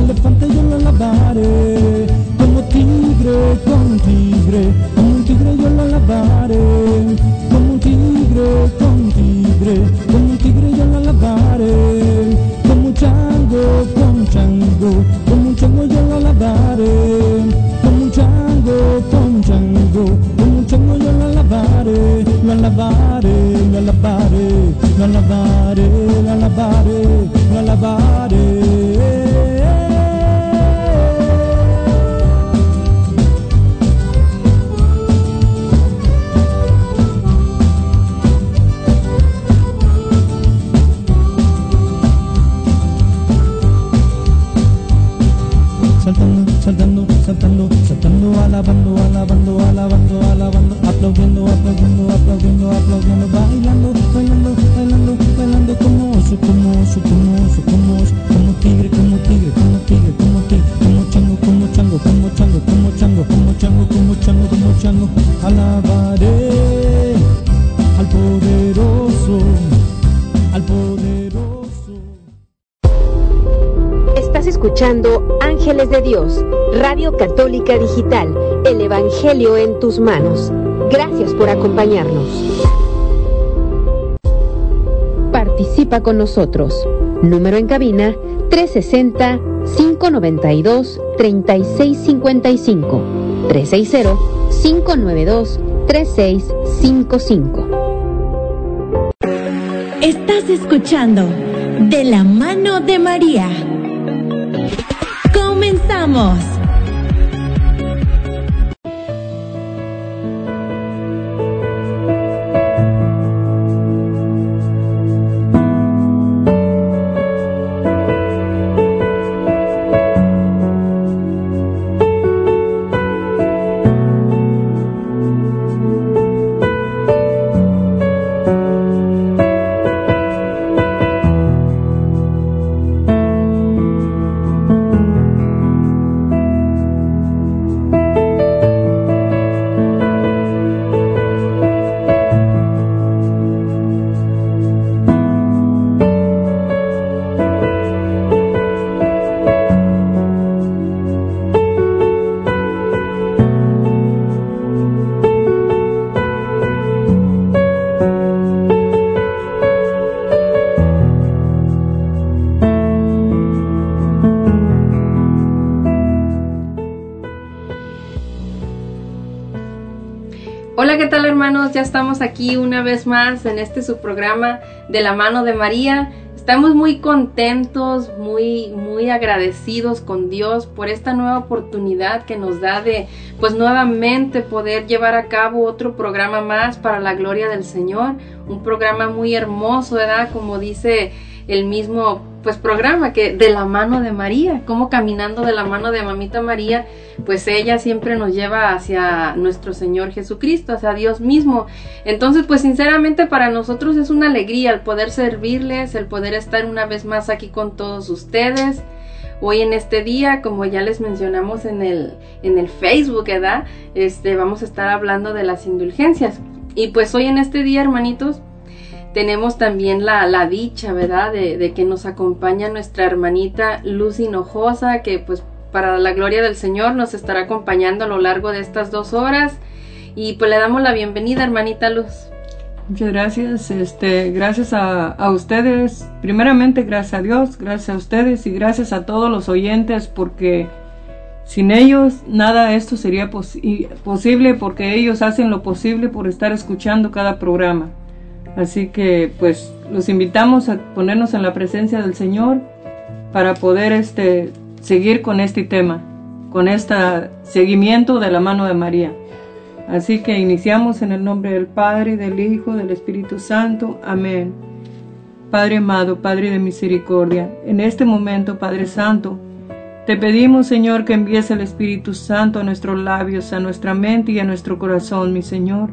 elefante yo lo alabaré, como tigre con tigre, como un tigre yo lo alabaré, como un tigre con tigre, como un tigre yo lo alabaré, como un chango con chango, como un chango yo lo alabaré, como un chango con chango, como un chango yo lo alabaré, lo alabaré, lo alabaré, lo alabaré, lo alabaré, lo alabaré. Saltando, saltando, saltando, saltando, alabando, alabando, alabando, alabando, aplaudiendo, aplaudiendo, aplaudiendo, aplaudiendo, bailando, bailando, bailando, bailando como oso, como oso, como oso, como oso, como tigre, como tigre, como tigre, como tigre, como chango, como chango, como chango, como chango, como chango, como chango, como chango, alabaré al poderoso, al poderoso. Estás escuchando Ángeles de Dios, Radio Católica Digital, el Evangelio en tus manos. Gracias por acompañarnos. Participa con nosotros. Número en cabina 360-592-3655. 360-592-3655. Estás escuchando De la mano de María. ¡Comenzamos! Hola, ¿qué tal, hermanos? Ya estamos aquí una vez más en este su programa De la mano de María. Estamos muy contentos, muy agradecidos con Dios por esta nueva oportunidad que nos da de, pues, nuevamente poder llevar a cabo otro programa más para la gloria del Señor. Un programa muy hermoso, ¿verdad? Como dice el mismo, pues, programa, que de la mano de María, como caminando de la mano de Mamita María, pues ella siempre nos lleva hacia nuestro Señor Jesucristo, hacia Dios mismo. Entonces, pues sinceramente para nosotros es una alegría el poder servirles, el poder estar una vez más aquí con todos ustedes. Hoy en este día, como ya les mencionamos en el Facebook, ¿verdad? Vamos a estar hablando de las indulgencias. Y pues hoy en este día, hermanitos, tenemos también la dicha, ¿verdad? De que nos acompaña nuestra hermanita Luz Hinojosa, que pues para la gloria del Señor nos estará acompañando a lo largo de estas 2 horas. Y pues le damos la bienvenida, hermanita Luz. Muchas gracias, gracias a ustedes, primeramente gracias a Dios, gracias a ustedes y gracias a todos los oyentes, porque sin ellos nada de esto sería posible, porque ellos hacen lo posible por estar escuchando cada programa. Así que pues los invitamos a ponernos en la presencia del Señor para poder seguir con este tema, con este seguimiento de la mano de María. Así que iniciamos en el nombre del Padre, del Hijo, del Espíritu Santo. Amén. Padre amado, Padre de misericordia, en este momento, Padre Santo, te pedimos, Señor, que envíes el Espíritu Santo a nuestros labios, a nuestra mente y a nuestro corazón, mi Señor,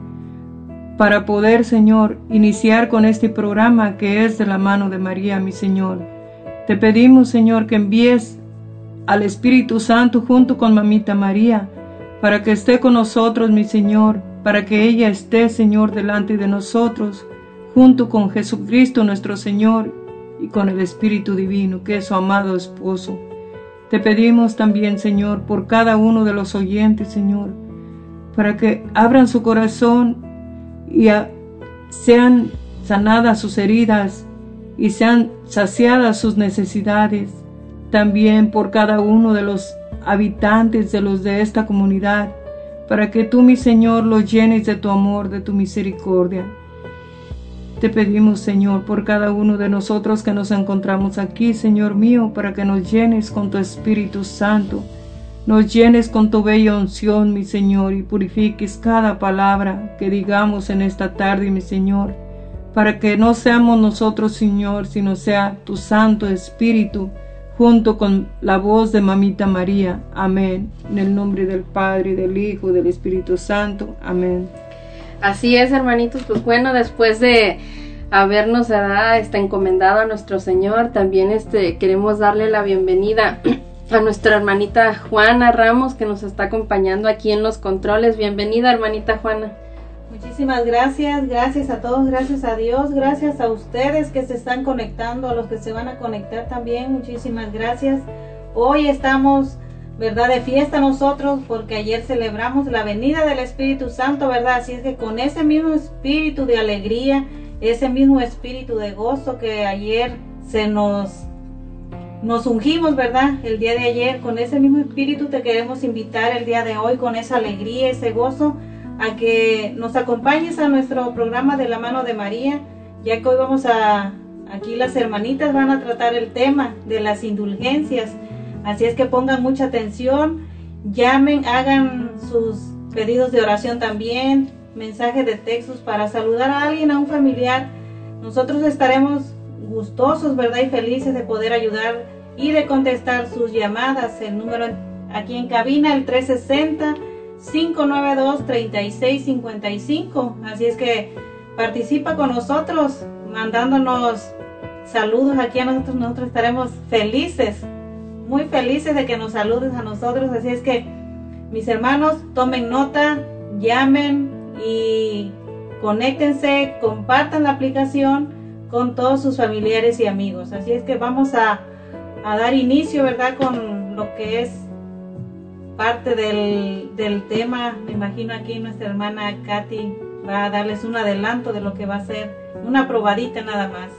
para poder, Señor, iniciar con este programa que es de la mano de María, mi Señor. Te pedimos, Señor, que envíes al Espíritu Santo junto con Mamita María, para que esté con nosotros, mi Señor, para que ella esté, Señor, delante de nosotros, junto con Jesucristo nuestro Señor y con el Espíritu Divino, que es su amado esposo. Te pedimos también, Señor, por cada uno de los oyentes, Señor, para que abran su corazón y sean sanadas sus heridas y sean saciadas sus necesidades. También por cada uno de los habitantes de esta comunidad, para que tú, mi Señor, los llenes de tu amor, de tu misericordia. Te pedimos, Señor, por cada uno de nosotros que nos encontramos aquí, Señor mío, para que nos llenes con tu Espíritu Santo, nos llenes con tu bella unción, mi Señor, y purifiques cada palabra que digamos en esta tarde, mi Señor, para que no seamos nosotros, Señor, sino sea tu Santo Espíritu, junto con la voz de Mamita María. Amén. En el nombre del Padre, del Hijo, del Espíritu Santo. Amén. Así es, hermanitos. Pues bueno, después de habernos encomendado a nuestro Señor, también queremos darle la bienvenida a nuestra hermanita Juana Ramos, que nos está acompañando aquí en los controles. Bienvenida, hermanita Juana. Muchísimas gracias, gracias a todos, gracias a Dios, gracias a ustedes que se están conectando, a los que se van a conectar también, muchísimas gracias. Hoy estamos, ¿verdad?, de fiesta nosotros, porque ayer celebramos la venida del Espíritu Santo, ¿verdad? Así es que con ese mismo espíritu de alegría, ese mismo espíritu de gozo que ayer nos ungimos, ¿verdad? El día de ayer, con ese mismo espíritu te queremos invitar el día de hoy, con esa alegría, ese gozo, a que nos acompañes a nuestro programa de la mano de María, ya que hoy aquí las hermanitas van a tratar el tema de las indulgencias, así es que pongan mucha atención, llamen, hagan sus pedidos de oración también, mensajes de textos para saludar a alguien, a un familiar.Nosotros estaremos gustosos, ¿verdad?, y felices de poder ayudar y de contestar sus llamadas. El número aquí en cabina, el 360-592-3655. Así es que participa con nosotros, mandándonos saludos aquí a nosotros. Nosotros estaremos felices, muy felices de que nos saludes a nosotros. Así es que, mis hermanos, tomen nota, llamen y conéctense, compartan la aplicación con todos sus familiares y amigos. Así es que vamos a dar inicio, ¿verdad?, con lo que es parte del tema. Me imagino aquí nuestra hermana Katy va a darles un adelanto de lo que va a ser, una probadita nada más.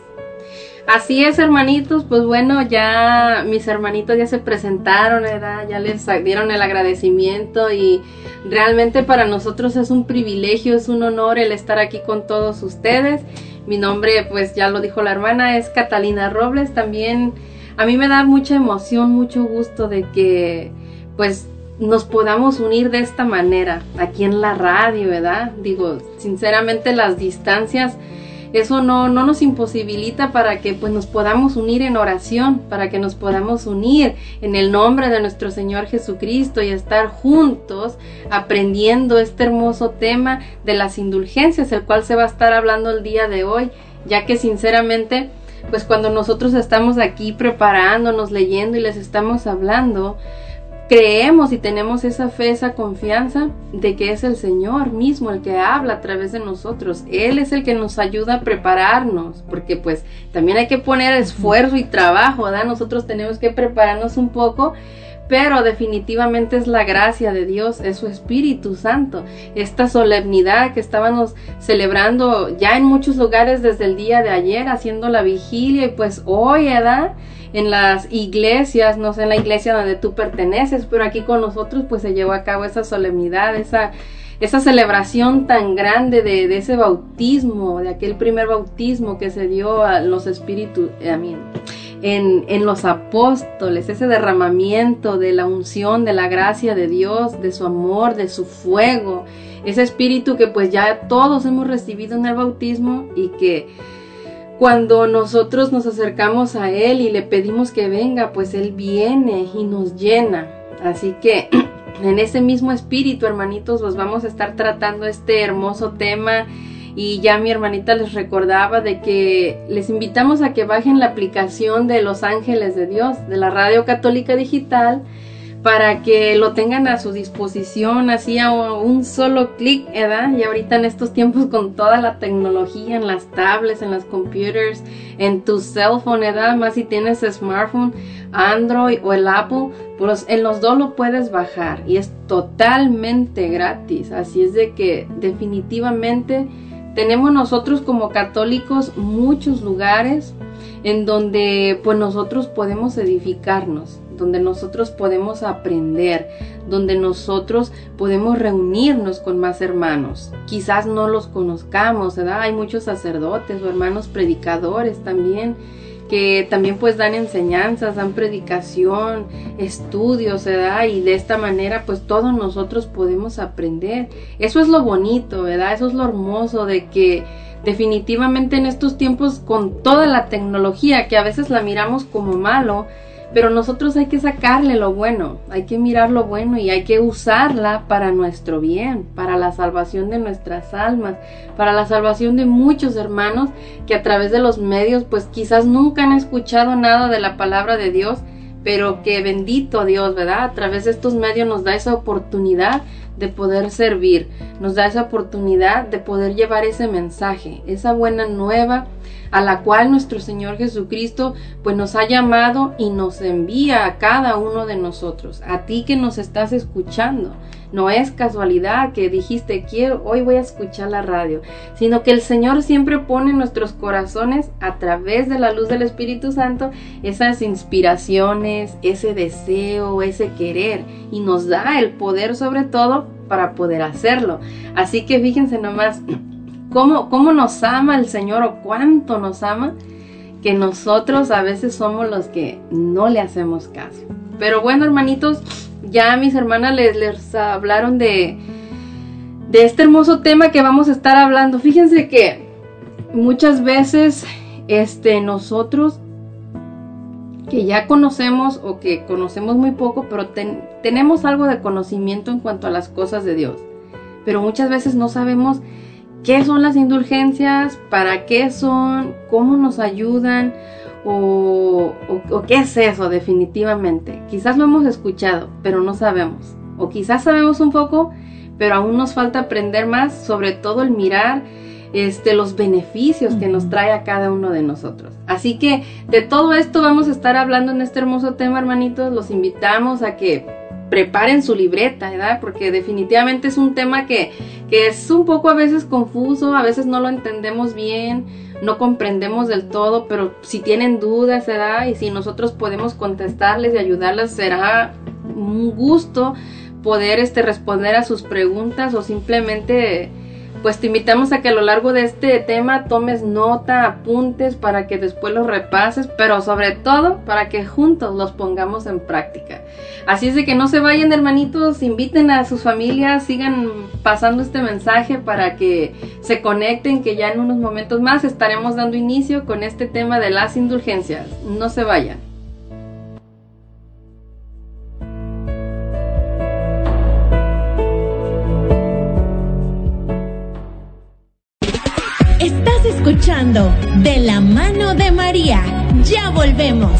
Así es, hermanitos. Pues bueno, ya mis hermanitos ya se presentaron, ¿verdad? Ya les dieron el agradecimiento y realmente para nosotros es un privilegio, es un honor el estar aquí con todos ustedes. Mi nombre, pues ya lo dijo la hermana, es Catalina Robles. También a mí me da mucha emoción, mucho gusto de que pues nos podamos unir de esta manera aquí en la radio, ¿verdad? Digo, sinceramente las distancias, eso no nos imposibilita para que pues nos podamos unir en oración, para que nos podamos unir en el nombre de nuestro Señor Jesucristo y estar juntos aprendiendo este hermoso tema de las indulgencias, el cual se va a estar hablando el día de hoy, ya que sinceramente pues cuando nosotros estamos aquí preparándonos, leyendo y les estamos hablando, creemos y tenemos esa fe, esa confianza de que es el Señor mismo el que habla a través de nosotros. Él es el que nos ayuda a prepararnos, porque pues también hay que poner esfuerzo y trabajo, ¿verdad? Nosotros tenemos que prepararnos un poco, pero definitivamente es la gracia de Dios, es su Espíritu Santo. Esta solemnidad que estábamos celebrando ya en muchos lugares desde el día de ayer, haciendo la vigilia, y pues hoy, ¿verdad?, en las iglesias, no sé en la iglesia donde tú perteneces, pero aquí con nosotros pues se llevó a cabo esa solemnidad, esa celebración tan grande de ese bautismo, de aquel primer bautismo que se dio a los espíritus, en los apóstoles, ese derramamiento de la unción, de la gracia de Dios, de su amor, de su fuego, ese espíritu que pues ya todos hemos recibido en el bautismo, y que cuando nosotros nos acercamos a Él y le pedimos que venga, pues Él viene y nos llena. Así que en ese mismo espíritu, hermanitos, pues vamos a estar tratando este hermoso tema. Y ya mi hermanita les recordaba de que les invitamos a que bajen la aplicación de Los Ángeles de Dios, de la Radio Católica Digital, para que lo tengan a su disposición, así a un solo clic, ¿verdad? Y ahorita en estos tiempos con toda la tecnología, en las tablets, en las computers, en tu cell phone, ¿verdad? Más si tienes smartphone, Android o el Apple, pues en los dos lo puedes bajar y es totalmente gratis. Así es de que definitivamente tenemos nosotros como católicos muchos lugares en donde pues nosotros podemos edificarnos, donde nosotros podemos aprender, donde nosotros podemos reunirnos con más hermanos. Quizás no los conozcamos, ¿verdad? Hay muchos sacerdotes o hermanos predicadores también, que también pues dan enseñanzas, dan predicación, estudios, ¿verdad? Y de esta manera pues todos nosotros podemos aprender. Eso es lo bonito, ¿verdad? Eso es lo hermoso de que definitivamente en estos tiempos con toda la tecnología que a veces la miramos como malo, pero nosotros hay que sacarle lo bueno, hay que mirar lo bueno y hay que usarla para nuestro bien, para la salvación de nuestras almas, para la salvación de muchos hermanos que a través de los medios pues quizás nunca han escuchado nada de la palabra de Dios, pero que bendito Dios, ¿verdad? A través de estos medios nos da esa oportunidad de poder servir, nos da esa oportunidad de poder llevar ese mensaje, esa buena nueva a la cual nuestro Señor Jesucristo pues nos ha llamado y nos envía a cada uno de nosotros, a ti que nos estás escuchando. No es casualidad que dijiste hoy voy a escuchar la radio, sino que el Señor siempre pone en nuestros corazones a través de la luz del Espíritu Santo esas inspiraciones, ese deseo, ese querer y nos da el poder sobre todo para poder hacerlo. Así que fíjense nomás cómo nos ama el Señor o cuánto nos ama, que nosotros a veces somos los que no le hacemos caso. Pero bueno, hermanitos, ya mis hermanas les hablaron de este hermoso tema que vamos a estar hablando. Fíjense que muchas veces nosotros que ya conocemos o que conocemos muy poco, pero tenemos algo de conocimiento en cuanto a las cosas de Dios, pero muchas veces no sabemos qué son las indulgencias, para qué son, cómo nos ayudan o qué es eso definitivamente. Quizás lo hemos escuchado, pero no sabemos. O quizás sabemos un poco, pero aún nos falta aprender más, sobre todo el mirar los beneficios que nos trae a cada uno de nosotros. Así que de todo esto vamos a estar hablando en este hermoso tema, hermanitos. Los invitamos a que preparen su libreta, ¿verdad? Porque definitivamente es un tema que es un poco a veces confuso, a veces no lo entendemos bien, no comprendemos del todo, pero si tienen dudas, ¿verdad? Y si nosotros podemos contestarles y ayudarles, será un gusto poder responder a sus preguntas, o simplemente pues te invitamos a que a lo largo de este tema tomes nota, apuntes para que después los repases, pero sobre todo para que juntos los pongamos en práctica. Así es de que no se vayan, hermanitos, inviten a sus familias, sigan pasando este mensaje para que se conecten, que ya en unos momentos más estaremos dando inicio con este tema de las indulgencias. No se vayan. Estás escuchando De la mano de María. Ya volvemos.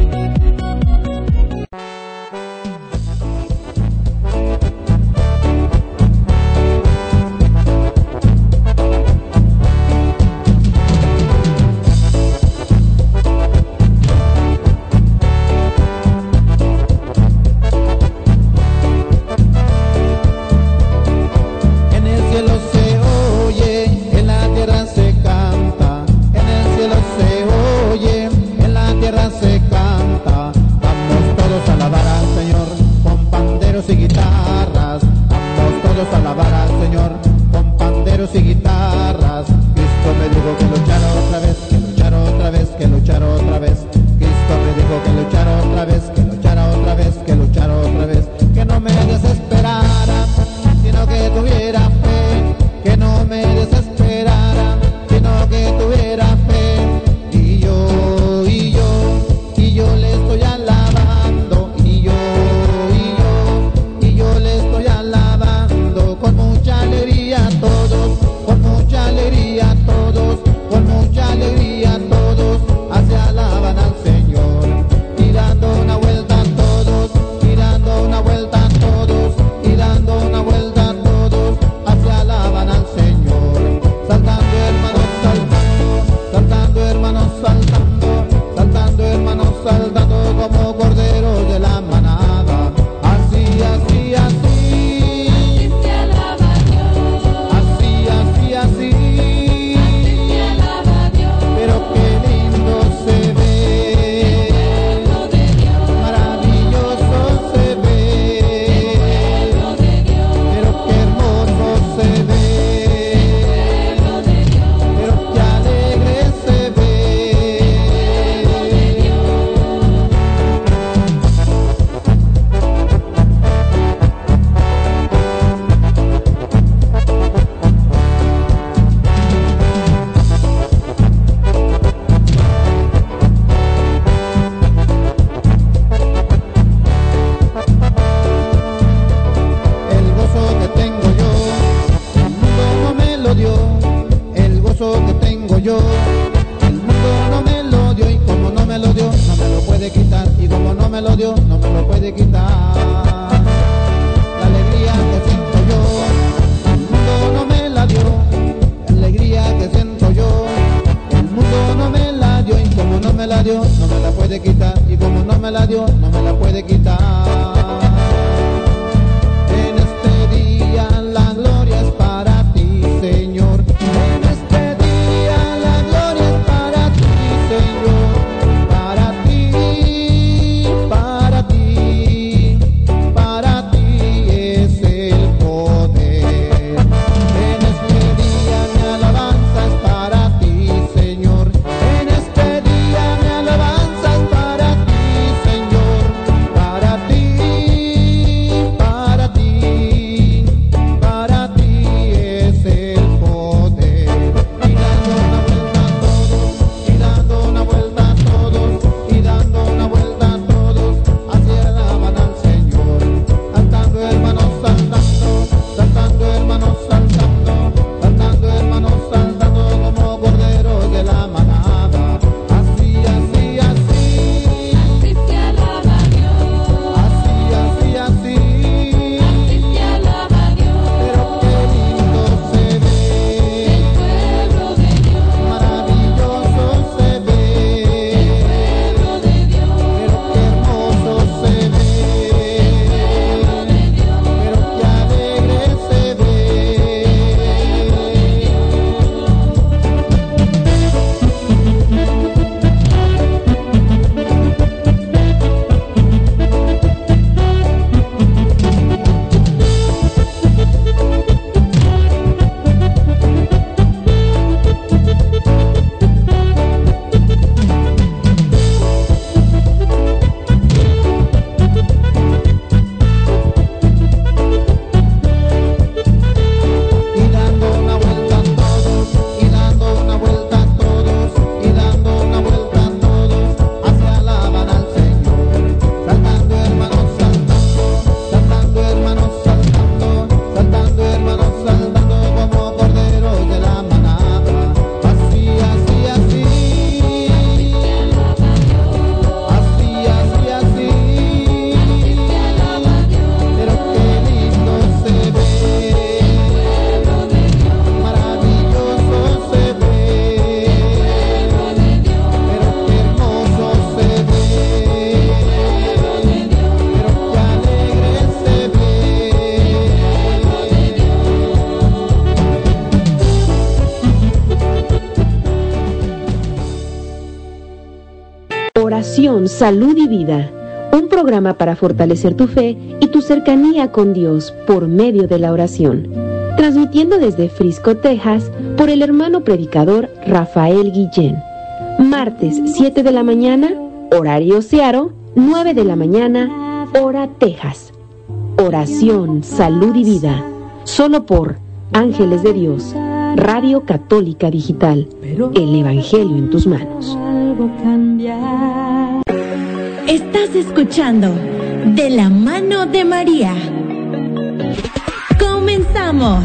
En el cielo se oye, en la tierra se canta. En el cielo se oye, en la tierra se canta. puede quitar, y como no me la dio, no me la puede quitar. En este día la gloria es para ti, Señor. En este día la gloria es para ti, Señor. Para ti, para ti, para ti es el poder. En este día mi alabanza es para ti, Señor. En este día mi alabanza es para ti, Señor. Para ti, para ti, para ti es el poder. Y dando una vuelta a todos, y dando una vuelta a todos, así alaban al Señor. Saltando hermanos, saltando, saltando hermanos, saltando, saltando hermanos, saltando como corderos de la manada. Así, así, así, Así se alaba a Dios, así, así, así. así se alaba a Dios, Pero qué lindo se ve, el pueblo de Dios, maravilloso se ve, pueblo de Dios, pero qué hermoso se ve, pero qué alegre se ve. Y dando una vuelta a todos, y dando una vuelta a todos, y dando una vuelta a todos, así alaban al Señor. Saltando hermanos, saltando, saltando hermanos, saltando, saltando hermanos, saltando como corderos de la manada. Así, así, así, así, así, así, pero qué lindo se ve. Maravilloso se ve, pero qué hermoso se ve, pero qué alegre se ve. Oración, salud y vida. Un programa para fortalecer tu fe y tu cercanía con Dios por medio de la oración. Transmitiendo desde Frisco, Texas, por el hermano predicador Rafael Guillén. Martes, 7 de la mañana, horario Seattle, 9 de la mañana, hora Texas. Oración, salud y vida. Solo por Ángeles de Dios, Radio Católica Digital. El Evangelio en tus manos. Estás escuchando De la mano de María. Comenzamos.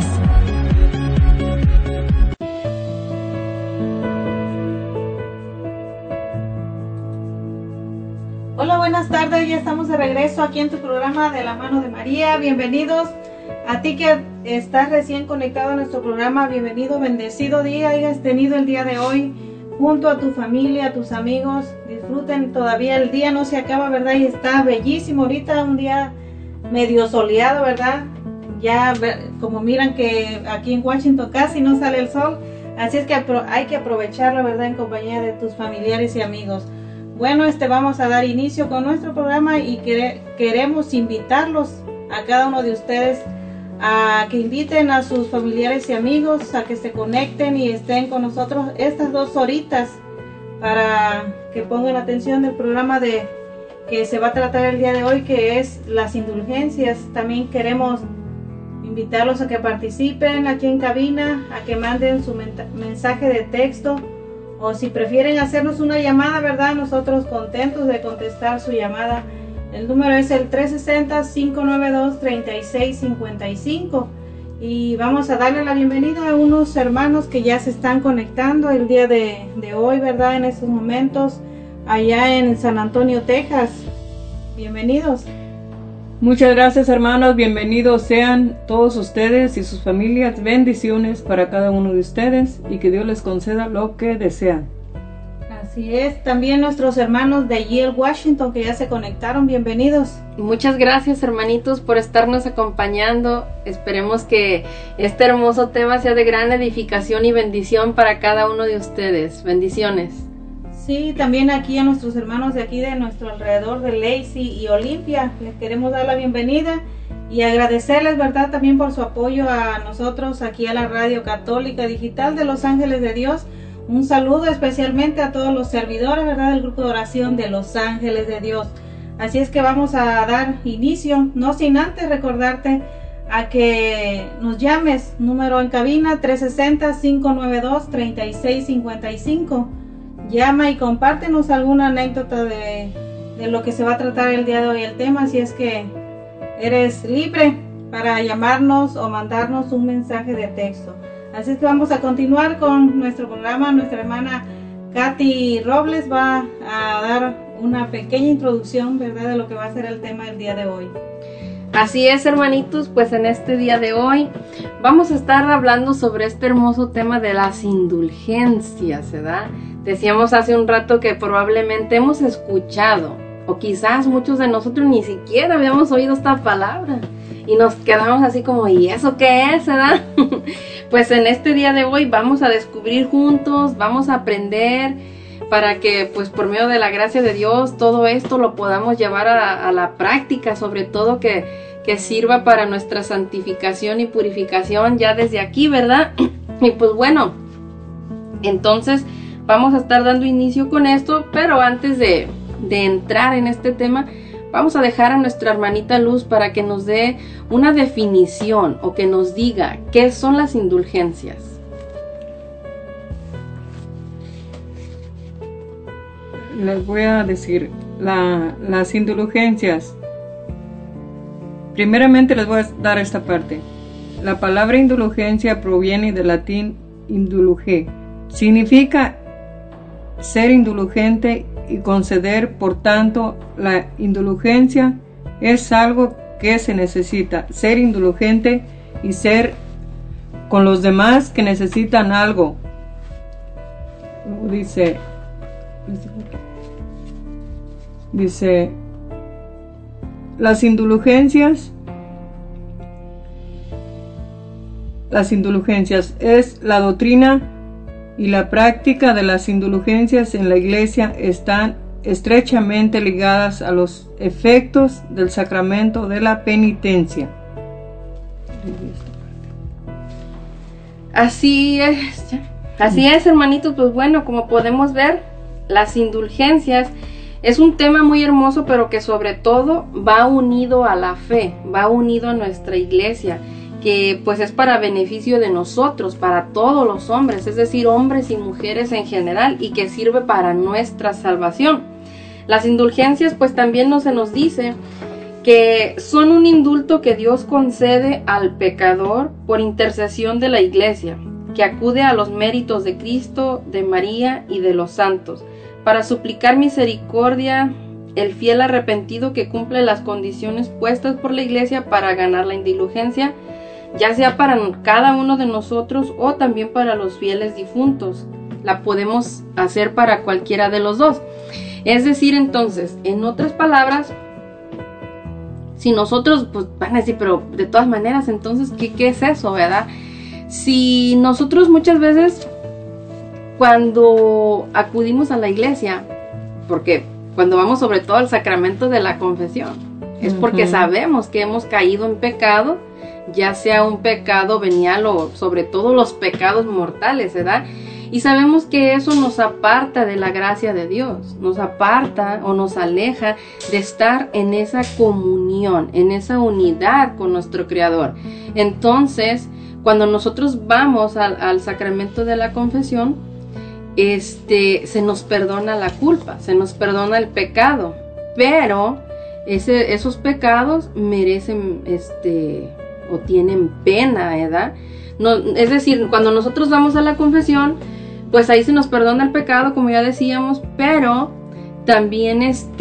Hola, buenas tardes, ya estamos de regreso aquí en tu programa de la mano de María. Bienvenidos a ti que estás recién conectado a nuestro programa. Bienvenido, bendecido día hayas tenido el día de hoy junto a tu familia, a tus amigos. Disfruten, todavía el día no se acaba, ¿verdad? Y está bellísimo ahorita, un día medio soleado, ¿verdad? Ya como miran que aquí en Washington casi no sale el sol, así es que hay que aprovecharlo, ¿verdad? En compañía de tus familiares y amigos. Bueno, vamos a dar inicio con nuestro programa y queremos invitarlos a cada uno de ustedes a que inviten a sus familiares y amigos a que se conecten y estén con nosotros estas 2 horitas para que pongan atención del programa que se va a tratar el día de hoy, que es las indulgencias. También queremos invitarlos a que participen aquí en cabina, a que manden su mensaje de texto, o si prefieren hacernos una llamada, ¿verdad? Nosotros contentos de contestar su llamada. El número es el 360-592-3655 y vamos a darle la bienvenida a unos hermanos que ya se están conectando el día de hoy, ¿verdad? En estos momentos allá en San Antonio, Texas. Bienvenidos. Muchas gracias, hermanos, bienvenidos sean todos ustedes y sus familias. Bendiciones para cada uno de ustedes y que Dios les conceda lo que desean. Así es, también nuestros hermanos de Yale, Washington, que ya se conectaron, bienvenidos. Muchas gracias, hermanitos, por estarnos acompañando. Esperemos que este hermoso tema sea de gran edificación y bendición para cada uno de ustedes. Bendiciones. Sí, también aquí a nuestros hermanos de aquí de nuestro alrededor de Lacey y Olimpia, les queremos dar la bienvenida y agradecerles, ¿verdad?, también por su apoyo a nosotros aquí a la Radio Católica Digital de Los Ángeles de Dios. Un saludo especialmente a todos los servidores, ¿verdad?, del grupo de oración de Los Ángeles de Dios. Así es que vamos a dar inicio, no sin antes recordarte a que nos llames, número en cabina 360-592-3655. Llama y compártenos alguna anécdota de lo que se va a tratar el día de hoy el tema, así es que eres libre para llamarnos o mandarnos un mensaje de texto. Así es que vamos a continuar con nuestro programa. Nuestra hermana Katy Robles va a dar una pequeña introducción, ¿verdad?, de lo que va a ser el tema del día de hoy. Así es, hermanitos, pues en este día de hoy vamos a estar hablando sobre este hermoso tema de las indulgencias, ¿verdad? Decíamos hace un rato que probablemente hemos escuchado, o quizás muchos de nosotros ni siquiera habíamos oído esta palabra, y nos quedamos así como, ¿y eso qué es, verdad? Pues en este día de hoy vamos a descubrir juntos, vamos a aprender, para que pues por medio de la gracia de Dios todo esto lo podamos llevar a la práctica, sobre todo que sirva para nuestra santificación y purificación ya desde aquí, ¿verdad? Y pues bueno, entonces vamos a estar dando inicio con esto, pero antes de entrar en este tema, vamos a dejar a nuestra hermanita Luz para que nos dé una definición o que nos diga qué son las indulgencias. Les voy a decir las indulgencias. Primeramente les voy a dar esta parte. La palabra indulgencia proviene del latín indulge. Significa ser indulgente y conceder. Por tanto, la indulgencia es algo que se necesita. Ser indulgente y ser con los demás que necesitan algo. Dice, las indulgencias es la doctrina y la práctica de las indulgencias en la iglesia están estrechamente ligadas a los efectos del sacramento de la penitencia. Así es, hermanitos, pues bueno, como podemos ver, las indulgencias es un tema muy hermoso, pero que sobre todo va unido a la fe, va unido a nuestra iglesia, que pues es para beneficio de nosotros, para todos los hombres, es decir, hombres y mujeres en general, y que sirve para nuestra salvación. Las indulgencias pues también se nos dice que son un indulto que Dios concede al pecador por intercesión de la iglesia, que acude a los méritos de Cristo, de María y de los santos, para suplicar misericordia, el fiel arrepentido que cumple las condiciones puestas por la iglesia para ganar la indulgencia, ya sea para cada uno de nosotros o también para los fieles difuntos. La podemos hacer para cualquiera de los dos. Es decir, entonces, en otras palabras, si nosotros, pues van a decir, pero de todas maneras, entonces, ¿qué es eso, verdad? Si nosotros muchas veces, cuando acudimos a la iglesia, porque cuando vamos sobre todo al sacramento de la confesión, es porque sabemos que hemos caído en pecado, ya sea un pecado venial o sobre todo los pecados mortales, ¿verdad? Y sabemos que eso nos aparta de la gracia de Dios, nos aparta o nos aleja de estar en esa comunión, en esa unidad con nuestro Creador. Entonces, cuando nosotros vamos al sacramento de la confesión, se nos perdona la culpa, se nos perdona el pecado, pero esos pecados merecen o tienen pena, ¿verdad? No, es decir, cuando nosotros vamos a la confesión, pues ahí se nos perdona el pecado, como ya decíamos, pero también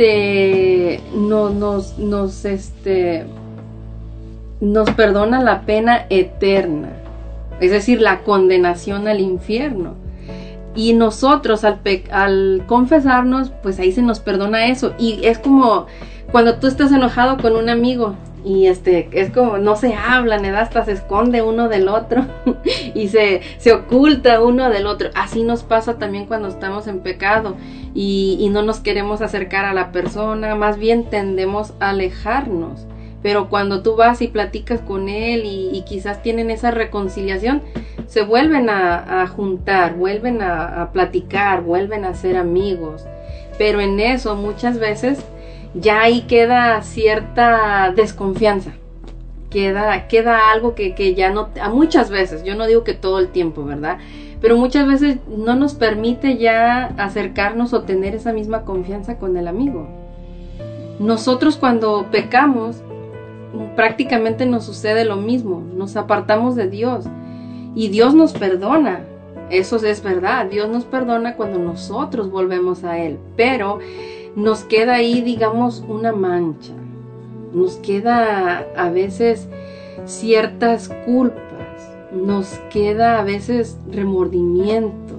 nos perdona la pena eterna, es decir, la condenación al infierno. Y nosotros al confesarnos, pues ahí se nos perdona eso. Y es como cuando tú estás enojado con un amigo y es como no se hablan, ¿verdad? Hasta se esconde uno del otro y se oculta uno del otro. Así nos pasa también cuando estamos en pecado y no nos queremos acercar a la persona, más bien tendemos a alejarnos. Pero cuando tú vas y platicas con él y quizás tienen esa reconciliación, se vuelven a juntar, vuelven a platicar, vuelven a ser amigos. Pero en eso muchas veces ya ahí queda cierta desconfianza. Queda algo que ya no, a muchas veces, yo no digo que todo el tiempo, ¿verdad? Pero muchas veces no nos permite ya acercarnos o tener esa misma confianza con el amigo. Nosotros cuando pecamos, prácticamente nos sucede lo mismo, nos apartamos de Dios y Dios nos perdona, eso es verdad, Dios nos perdona cuando nosotros volvemos a Él, pero nos queda ahí, digamos, una mancha, nos queda a veces ciertas culpas, nos queda a veces remordimiento,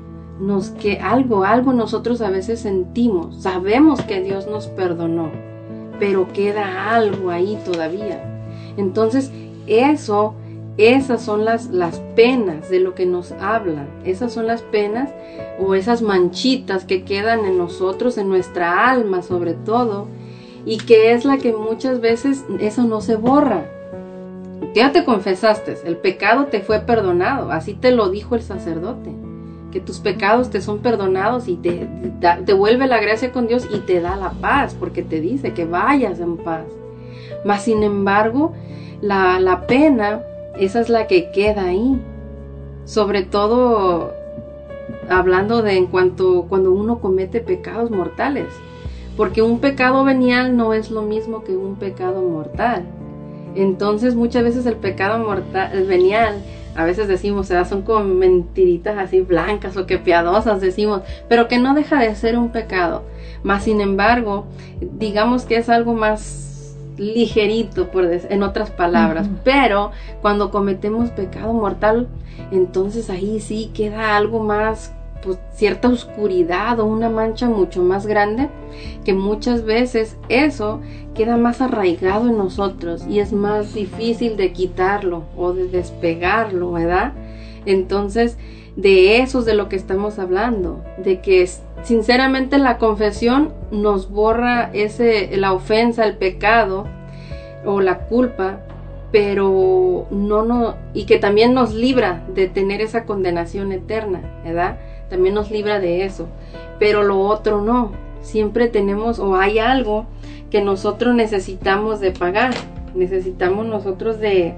algo nosotros a veces sentimos, sabemos que Dios nos perdonó, pero queda algo ahí todavía. Entonces esas son las penas de lo que nos hablan, esas son las penas o esas manchitas que quedan en nosotros, en nuestra alma sobre todo, y que es la que muchas veces eso no se borra. Ya te confesaste, el pecado te fue perdonado, así te lo dijo el sacerdote, que tus pecados te son perdonados y te devuelve la gracia con Dios y te da la paz, porque te dice que vayas en paz. Mas sin embargo, la pena, esa es la que queda ahí, sobre todo hablando de cuando uno comete pecados mortales, porque un pecado venial no es lo mismo que un pecado mortal. Entonces muchas veces el pecado venial, a veces decimos, son como mentiritas así blancas o que piadosas decimos, pero que no deja de ser un pecado. Mas sin embargo, digamos que es algo más ligerito, en otras palabras. Pero cuando cometemos pecado mortal, entonces ahí sí queda algo más, pues cierta oscuridad o una mancha mucho más grande, que muchas veces eso queda más arraigado en nosotros y es más difícil de quitarlo o de despegarlo, ¿verdad? Entonces, de eso es de lo que estamos hablando, de que sinceramente la confesión nos borra la ofensa, el pecado o la culpa, pero y que también nos libra de tener esa condenación eterna, ¿verdad? También nos libra de eso, pero lo otro no. Siempre tenemos o hay algo que nosotros necesitamos de pagar, necesitamos nosotros de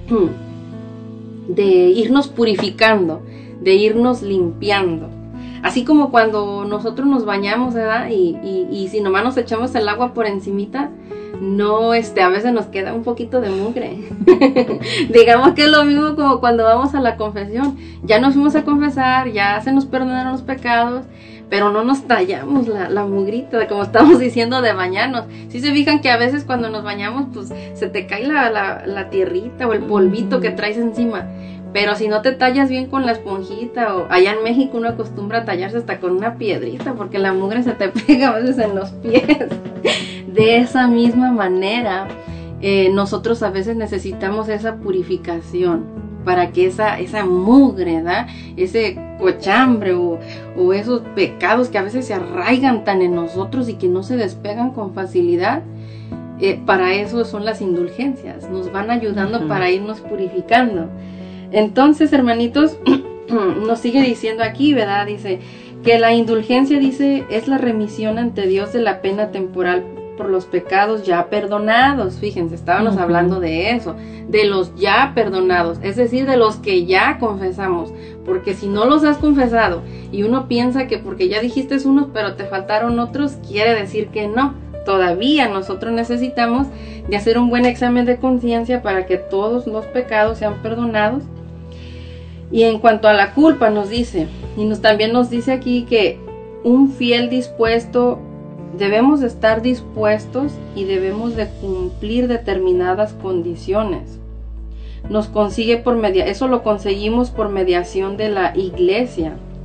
irnos purificando, de irnos limpiando. Así como cuando nosotros nos bañamos, ¿verdad? Y si nomás nos echamos el agua por encimita, no, a veces nos queda un poquito de mugre. Digamos que es lo mismo como cuando vamos a la confesión. Ya nos fuimos a confesar, ya se nos perdonaron los pecados, pero no nos tallamos la mugrita, como estamos diciendo, de bañarnos. Si se fijan que a veces cuando nos bañamos, pues se te cae la tierrita o el polvito que traes encima. Pero si no te tallas bien con la esponjita, o allá en México uno acostumbra a tallarse hasta con una piedrita, porque la mugre se te pega a veces en los pies. De esa misma manera, nosotros a veces necesitamos esa purificación para que esa mugre, ¿verdad? Ese cochambre o esos pecados que a veces se arraigan tan en nosotros y que no se despegan con facilidad, para eso son las indulgencias, nos van ayudando para irnos purificando. Entonces, hermanitos, nos sigue diciendo aquí, ¿verdad? Dice que la indulgencia, dice, es la remisión ante Dios de la pena temporal por los pecados ya perdonados. Fíjense, estábamos hablando de eso, de los ya perdonados, es decir, de los que ya confesamos, porque si no los has confesado y uno piensa que porque ya dijiste unos pero te faltaron otros, quiere decir que no. Todavía nosotros necesitamos de hacer un buen examen de conciencia para que todos los pecados sean perdonados. Y en cuanto a la culpa nos dice, también nos dice aquí que un fiel dispuesto, debemos de estar dispuestos y debemos de cumplir determinadas condiciones. Eso lo conseguimos por mediación de la iglesia.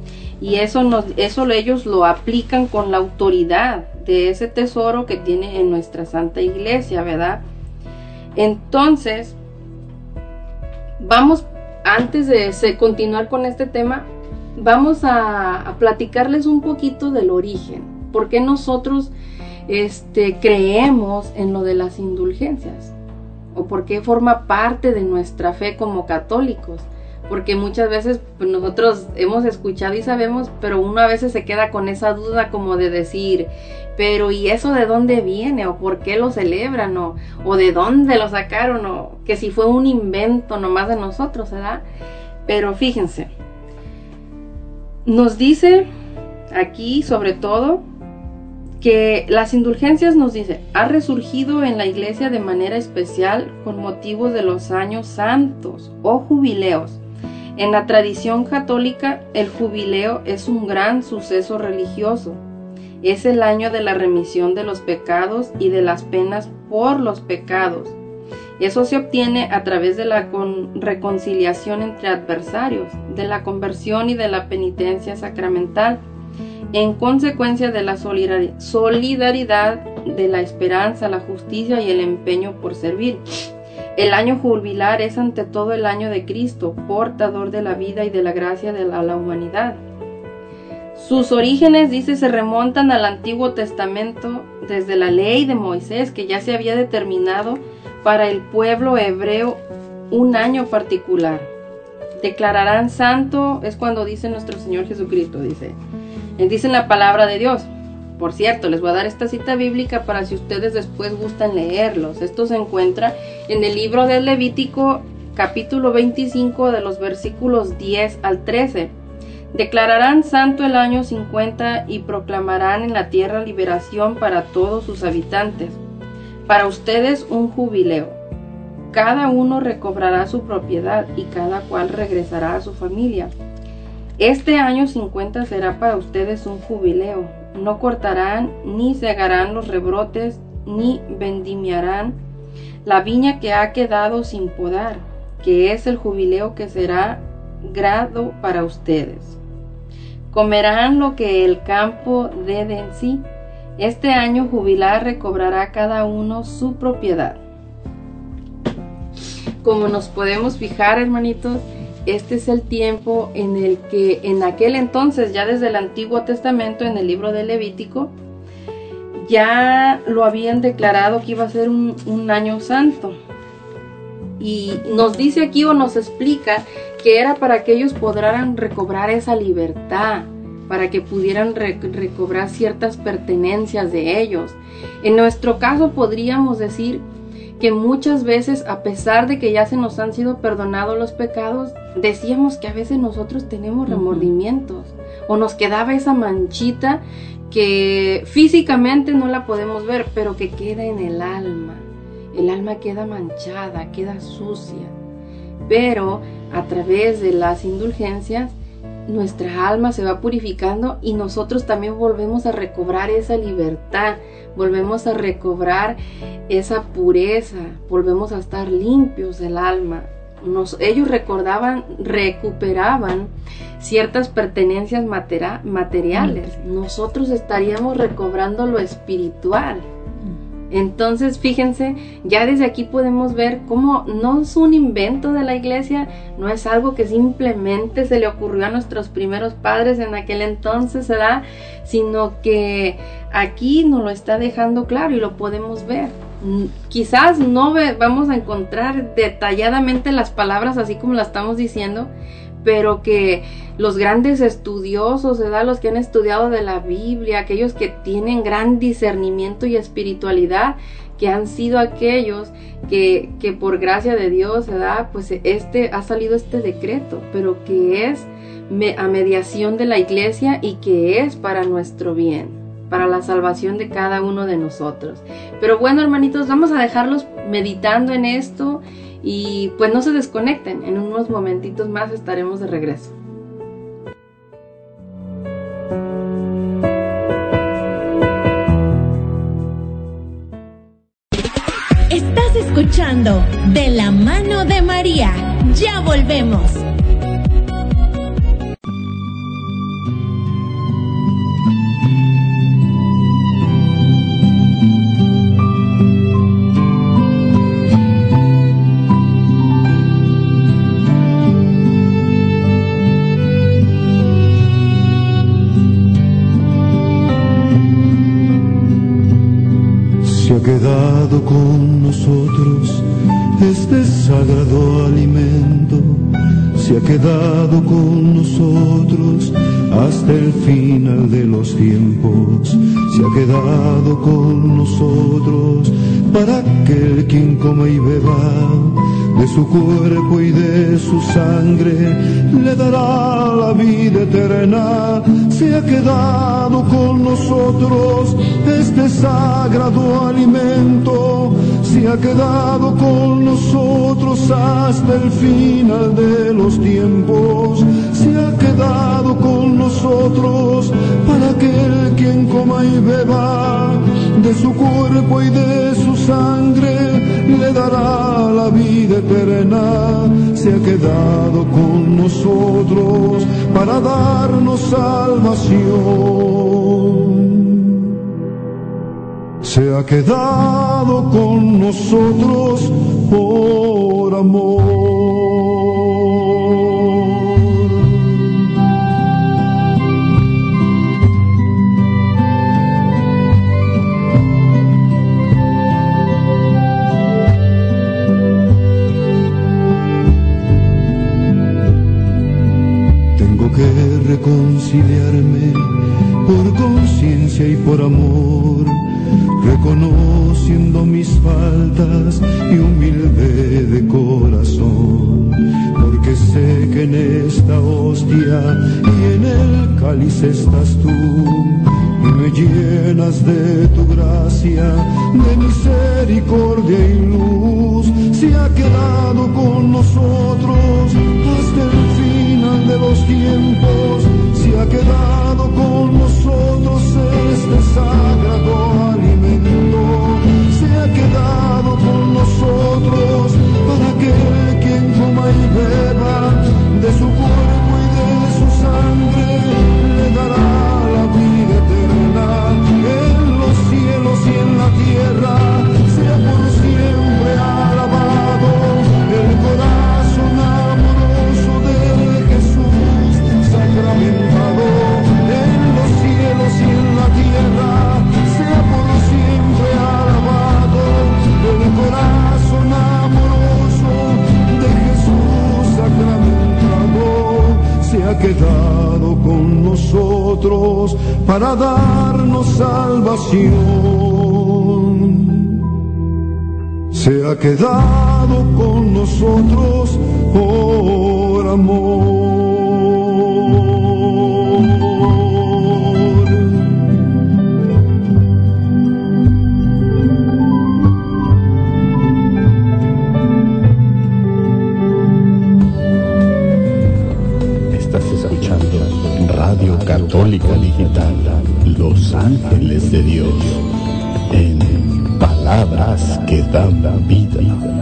y eso ellos lo aplican con la autoridad de ese tesoro que tiene en nuestra Santa Iglesia, ¿verdad? Entonces, vamos, antes de continuar con este tema, vamos a platicarles un poquito del origen. ¿Por qué nosotros creemos en lo de las indulgencias? ¿O por qué forma parte de nuestra fe como católicos? Porque muchas veces pues, nosotros hemos escuchado y sabemos, pero uno a veces se queda con esa duda como de decir, pero ¿y eso de dónde viene? ¿O por qué lo celebran? ¿O de dónde lo sacaron? ¿O que si fue un invento nomás de nosotros, ¿verdad? Pero fíjense, nos dice aquí sobre todo que las indulgencias, nos dice, ha resurgido en la Iglesia de manera especial con motivo de los años santos o jubileos. En la tradición católica, el jubileo es un gran suceso religioso. Es el año de la remisión de los pecados y de las penas por los pecados. Eso se obtiene a través de la reconciliación entre adversarios, de la conversión y de la penitencia sacramental, en consecuencia de la solidaridad, de la esperanza, la justicia y el empeño por servir. El año jubilar es ante todo el año de Cristo, portador de la vida y de la gracia de la humanidad. Sus orígenes, dice, se remontan al Antiguo Testamento desde la ley de Moisés, que ya se había determinado para el pueblo hebreo un año particular. Declararán santo, es cuando dice nuestro Señor Jesucristo, dice en la palabra de Dios. Por cierto, les voy a dar esta cita bíblica para si ustedes después gustan leerlos. Esto se encuentra en el libro del Levítico, capítulo 25, de los versículos 10 al 13. Declararán santo el año 50 y proclamarán en la tierra liberación para todos sus habitantes. Para ustedes un jubileo. Cada uno recobrará su propiedad y cada cual regresará a su familia. Este año 50 será para ustedes un jubileo. No cortarán ni segarán los rebrotes ni vendimiarán la viña que ha quedado sin podar, que es el jubileo que será grado para ustedes. Comerán lo que el campo dé de en sí. Este año jubilar recobrará cada uno su propiedad. Como nos podemos fijar, hermanitos, este es el tiempo en el que en aquel entonces, ya desde el Antiguo Testamento, en el libro de Levítico, ya lo habían declarado que iba a ser un año santo. Y nos dice aquí, o nos explica, que era para que ellos pudieran recobrar esa libertad, para que pudieran recobrar ciertas pertenencias de ellos. En nuestro caso podríamos decir que muchas veces, a pesar de que ya se nos han sido perdonados los pecados, decíamos que a veces nosotros tenemos remordimientos, o nos quedaba esa manchita que físicamente no la podemos ver, pero que queda en el alma. El alma queda manchada, queda sucia, pero a través de las indulgencias nuestra alma se va purificando y nosotros también volvemos a recobrar esa libertad, volvemos a recobrar esa pureza, volvemos a estar limpios del alma. Ellos recuperaban ciertas pertenencias materiales, nosotros estaríamos recobrando lo espiritual. Entonces, fíjense, ya desde aquí podemos ver cómo no es un invento de la iglesia, no es algo que simplemente se le ocurrió a nuestros primeros padres en aquel entonces, ¿verdad? Sino que aquí nos lo está dejando claro y lo podemos ver. Quizás no vamos a encontrar detalladamente las palabras así como las estamos diciendo, pero que los grandes estudiosos, ¿verdad? Los que han estudiado de la Biblia, aquellos que tienen gran discernimiento y espiritualidad, que han sido aquellos que por gracia de Dios, ¿verdad? Pues ha salido este decreto, pero que es a mediación de la iglesia y que es para nuestro bien, para la salvación de cada uno de nosotros. Pero bueno, hermanitos, vamos a dejarlos meditando en esto. Y pues no se desconecten, en unos momentitos más estaremos de regreso. Estás escuchando De la mano de María. Ya volvemos. quedado con nosotros este sagrado alimento, se ha quedado con nosotros hasta el final de los tiempos, se ha quedado con nosotros para aquel quien coma y beba de su cuerpo y de su sangre, le dará la vida eterna. Se ha quedado con nosotros este sagrado alimento, se ha quedado con nosotros hasta el final de los tiempos, se ha quedado con nosotros para aquel quien coma y beba de su cuerpo y de su sangre, le dará la vida eterna. Se ha quedado con nosotros para darnos salvación. Se ha quedado con nosotros por amor. Reconciliarme por conciencia y por amor, reconociendo mis faltas y humilde de corazón, porque sé que en esta hostia y en el cáliz estás tú, y me llenas de tu gracia, de misericordia y luz. Se ha quedado con nosotros hasta el final de los tiempos, se ha quedado con nosotros este sagrado alimento, se ha quedado con nosotros para aquel quien coma y beba de su cuerpo y de su sangre, le dará la vida eterna. En los cielos y en la tierra sea por siempre alabado el corazón amoroso de Jesús sacramentado. En los cielos y en la tierra sea por siempre alabado el corazón amoroso de Jesús sacramentado. Se ha quedado con nosotros para darnos salvación. Se ha quedado con nosotros por amor. Radio Católica Digital, Los Ángeles de Dios, en palabras que dan vida.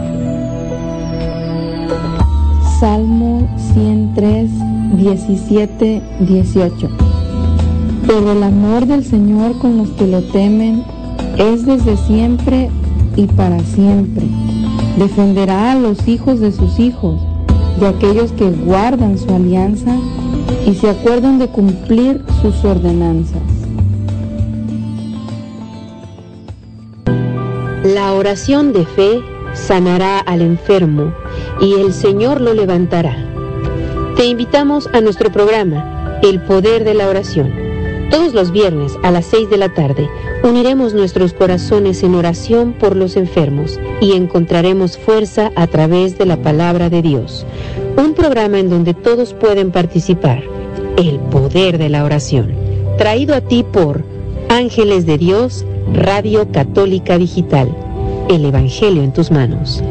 Salmo 103, 17, 18. Pero el amor del Señor con los que lo temen es desde siempre y para siempre. Defenderá a los hijos de sus hijos y a aquellos que guardan su alianza y se acuerdan de cumplir sus ordenanzas. La oración de fe sanará al enfermo y el Señor lo levantará. Te invitamos a nuestro programa, El Poder de la Oración. Todos los viernes a las 6 de la tarde uniremos nuestros corazones en oración por los enfermos y encontraremos fuerza a través de la palabra de Dios. Un programa en donde todos pueden participar. El Poder de la Oración. Traído a ti por Ángeles de Dios, Radio Católica Digital. El Evangelio en tus manos.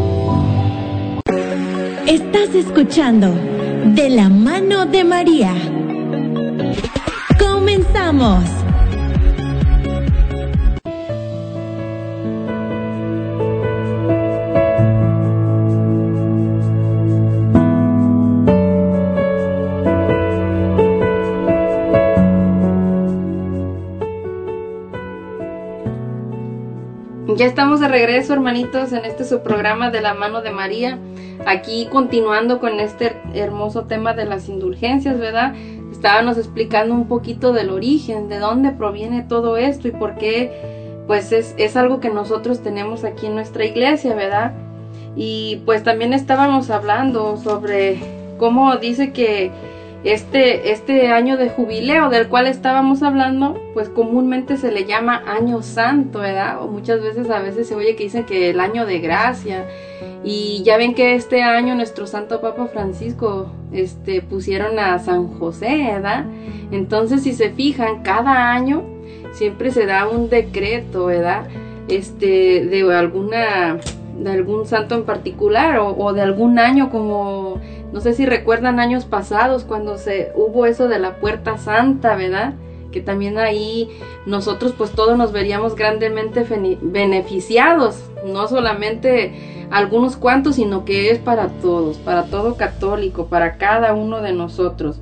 Estás escuchando De la mano de María. ¡Comenzamos! Ya estamos de regreso, hermanitos, en este su programa De la mano de María. Aquí continuando con este hermoso tema de las indulgencias, ¿verdad? Estábamos explicando un poquito del origen, de dónde proviene todo esto y por qué pues es algo que nosotros tenemos aquí en nuestra iglesia, ¿verdad? Y pues también estábamos hablando sobre cómo dice que este año de jubileo del cual estábamos hablando, pues comúnmente se le llama año santo, ¿verdad? O muchas veces a veces se oye que dicen que el año de gracia. Y ya ven que este año nuestro Santo Papa Francisco pusieron a San José, ¿verdad? Entonces, si se fijan, cada año siempre se da un decreto, ¿verdad? De algún santo en particular o de algún año, como no sé si recuerdan años pasados cuando hubo eso de la Puerta Santa, ¿verdad? Que también ahí nosotros pues todos nos veríamos grandemente beneficiados, no solamente algunos cuantos, sino que es para todos, para todo católico, para cada uno de nosotros.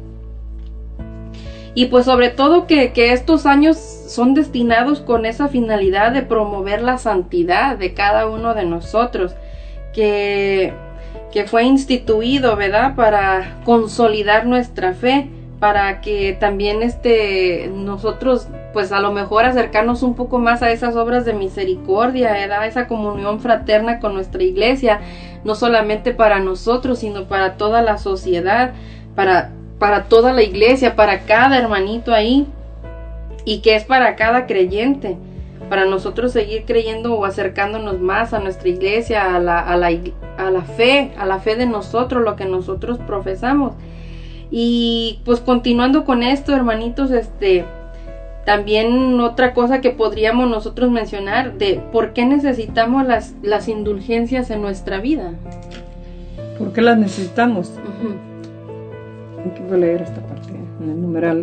Y pues sobre todo que estos años son destinados con esa finalidad de promover la santidad de cada uno de nosotros, que fue instituido, ¿verdad? Para consolidar nuestra fe, para que también nosotros pues a lo mejor acercarnos un poco más a esas obras de misericordia, ¿verdad? Esa comunión fraterna con nuestra iglesia, no solamente para nosotros, sino para toda la sociedad, para toda la iglesia, para cada hermanito ahí, y que es para cada creyente, para nosotros seguir creyendo o acercándonos más a nuestra iglesia, a la fe de nosotros, lo que nosotros profesamos. Y pues continuando con esto, hermanitos, también otra cosa que podríamos nosotros mencionar de por qué necesitamos las indulgencias en nuestra vida. ¿Por qué las necesitamos? Uh-huh. Aquí voy a leer esta parte, en el numeral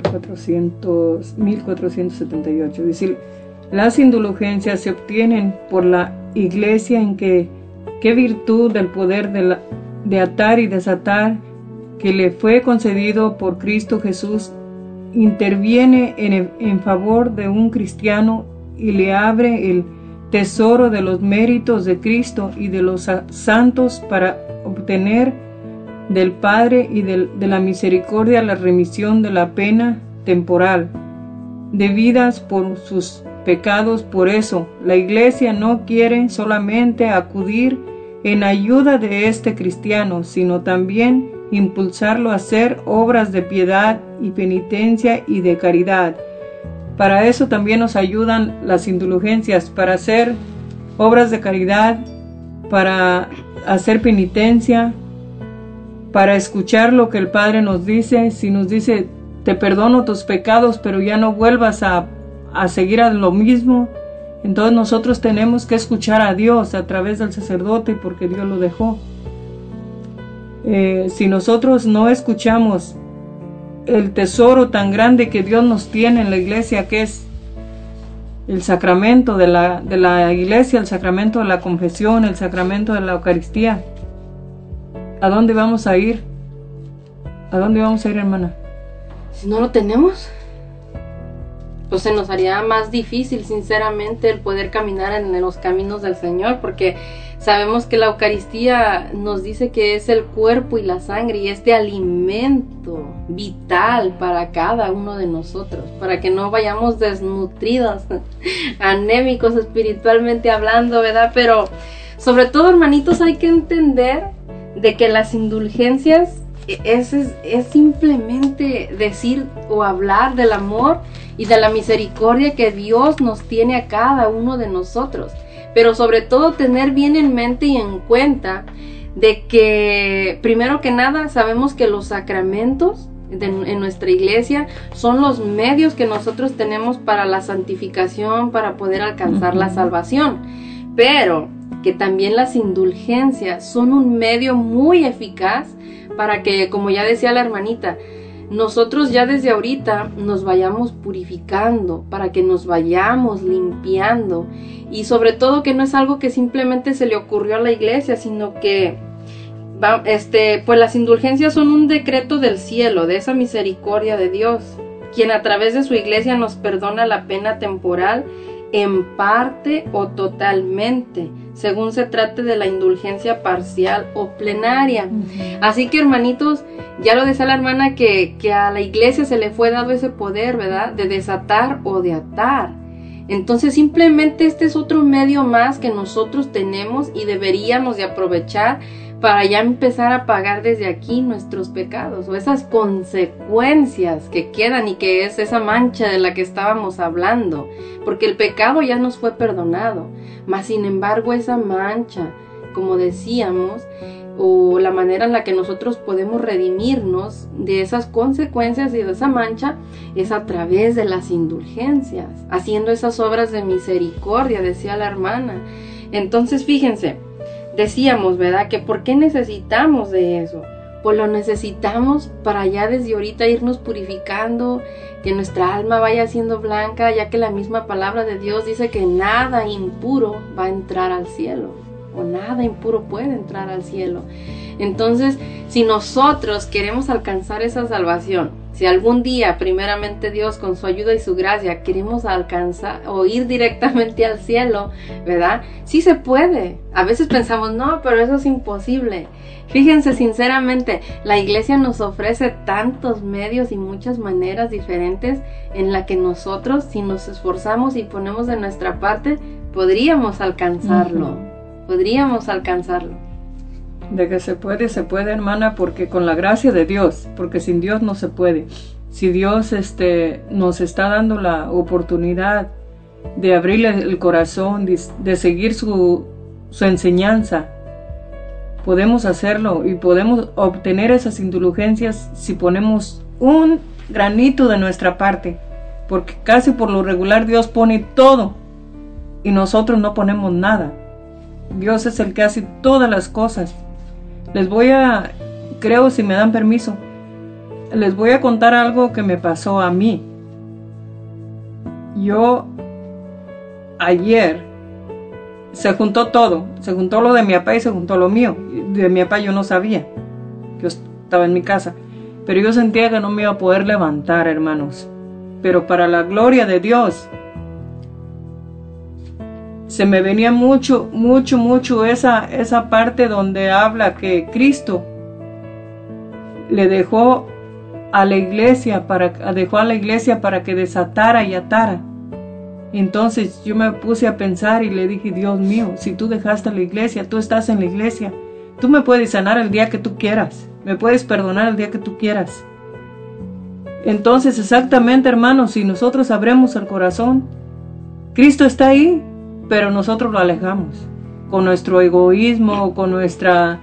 1478. Dice, las indulgencias se obtienen por la iglesia en qué virtud del poder de atar y desatar que le fue concedido por Cristo Jesús interviene en favor de un cristiano y le abre el tesoro de los méritos de Cristo y de los santos para obtener del Padre y de la misericordia la remisión de la pena temporal debidas por sus pecados. Por eso la Iglesia no quiere solamente acudir en ayuda de este cristiano, sino también impulsarlo a hacer obras de piedad y penitencia y de caridad. Para eso también nos ayudan las indulgencias, para hacer obras de caridad, para hacer penitencia, para escuchar lo que el Padre nos dice. Si nos dice, te perdono tus pecados, pero ya no vuelvas a seguir a lo mismo, entonces nosotros tenemos que escuchar a Dios a través del sacerdote, porque Dios lo dejó. Si nosotros no escuchamos el tesoro tan grande que Dios nos tiene en la iglesia, que es el sacramento de la iglesia, el sacramento de la confesión, el sacramento de la Eucaristía, ¿a dónde vamos a ir? ¿A dónde vamos a ir, hermana? Si no lo tenemos, pues se nos haría más difícil, sinceramente, el poder caminar en los caminos del Señor, porque sabemos que la Eucaristía nos dice que es el cuerpo y la sangre, y es de alimento vital para cada uno de nosotros, para que no vayamos desnutridos, anémicos espiritualmente hablando, ¿verdad? Pero sobre todo, hermanitos, hay que entender de que las indulgencias es simplemente decir o hablar del amor y de la misericordia que Dios nos tiene a cada uno de nosotros, pero sobre todo tener bien en mente y en cuenta de que primero que nada sabemos que los sacramentos en nuestra iglesia son los medios que nosotros tenemos para la santificación, para poder alcanzar la salvación, pero que también las indulgencias son un medio muy eficaz para que, como ya decía la hermanita, nosotros ya desde ahorita nos vayamos purificando, para que nos vayamos limpiando, y sobre todo que no es algo que simplemente se le ocurrió a la iglesia, sino que pues las indulgencias son un decreto del cielo, de esa misericordia de Dios, quien a través de su iglesia nos perdona la pena temporal en parte o totalmente, según se trate de la indulgencia parcial o plenaria. Así que, hermanitos, ya lo decía la hermana que a la iglesia se le fue dado ese poder, ¿verdad? De desatar o de atar. Entonces simplemente este es otro medio más que nosotros tenemos y deberíamos de aprovechar para ya empezar a pagar desde aquí nuestros pecados o esas consecuencias que quedan y que es esa mancha de la que estábamos hablando, porque el pecado ya nos fue perdonado, mas sin embargo esa mancha, como decíamos, o la manera en la que nosotros podemos redimirnos de esas consecuencias y de esa mancha es a través de las indulgencias, haciendo esas obras de misericordia, decía la hermana. Entonces fíjense, decíamos, ¿verdad? Que ¿por qué necesitamos de eso? Pues lo necesitamos para ya desde ahorita irnos purificando, que nuestra alma vaya siendo blanca, ya que la misma palabra de Dios dice que nada impuro va a entrar al cielo, o nada impuro puede entrar al cielo. Entonces, si nosotros queremos alcanzar esa salvación, si algún día, primeramente Dios, con su ayuda y su gracia, queremos alcanzar o ir directamente al cielo, ¿verdad? Sí se puede. A veces pensamos, no, pero eso es imposible. Fíjense, sinceramente, la iglesia nos ofrece tantos medios y muchas maneras diferentes en la que nosotros, si nos esforzamos y ponemos de nuestra parte, podríamos alcanzarlo. Podríamos alcanzarlo. De que se puede, hermana, porque con la gracia de Dios, porque sin Dios no se puede. Si Dios nos está dando la oportunidad de abrirle el corazón, de seguir su enseñanza, podemos hacerlo y podemos obtener esas indulgencias si ponemos un granito de nuestra parte, porque casi por lo regular Dios pone todo y nosotros no ponemos nada. Dios es el que hace todas las cosas. Les voy a, creo, si me dan permiso, les voy a contar algo que me pasó a mí. Yo ayer se juntó todo, se juntó lo de mi papá y se juntó lo mío. De mi papá yo no sabía, yo estaba en mi casa, pero yo sentía que no me iba a poder levantar, hermanos. Pero para la gloria de Dios, se me venía mucho esa parte donde habla que Cristo le dejó a la iglesia para que desatara y atara. Entonces yo me puse a pensar y le dije, Dios mío, si tú dejaste la iglesia, tú estás en la iglesia, tú me puedes sanar el día que tú quieras, me puedes perdonar el día que tú quieras. Entonces exactamente, hermanos, si nosotros abrimos el corazón, Cristo está ahí, pero nosotros lo alejamos con nuestro egoísmo, con nuestra,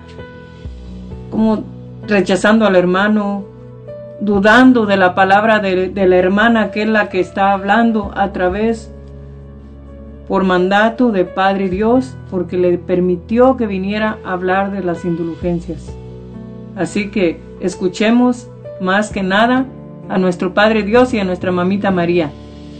como rechazando al hermano, dudando de la palabra de la hermana, que es la que está hablando a través, por mandato de Padre Dios, porque le permitió que viniera a hablar de las indulgencias. Así que escuchemos más que nada a nuestro Padre Dios y a nuestra mamita María.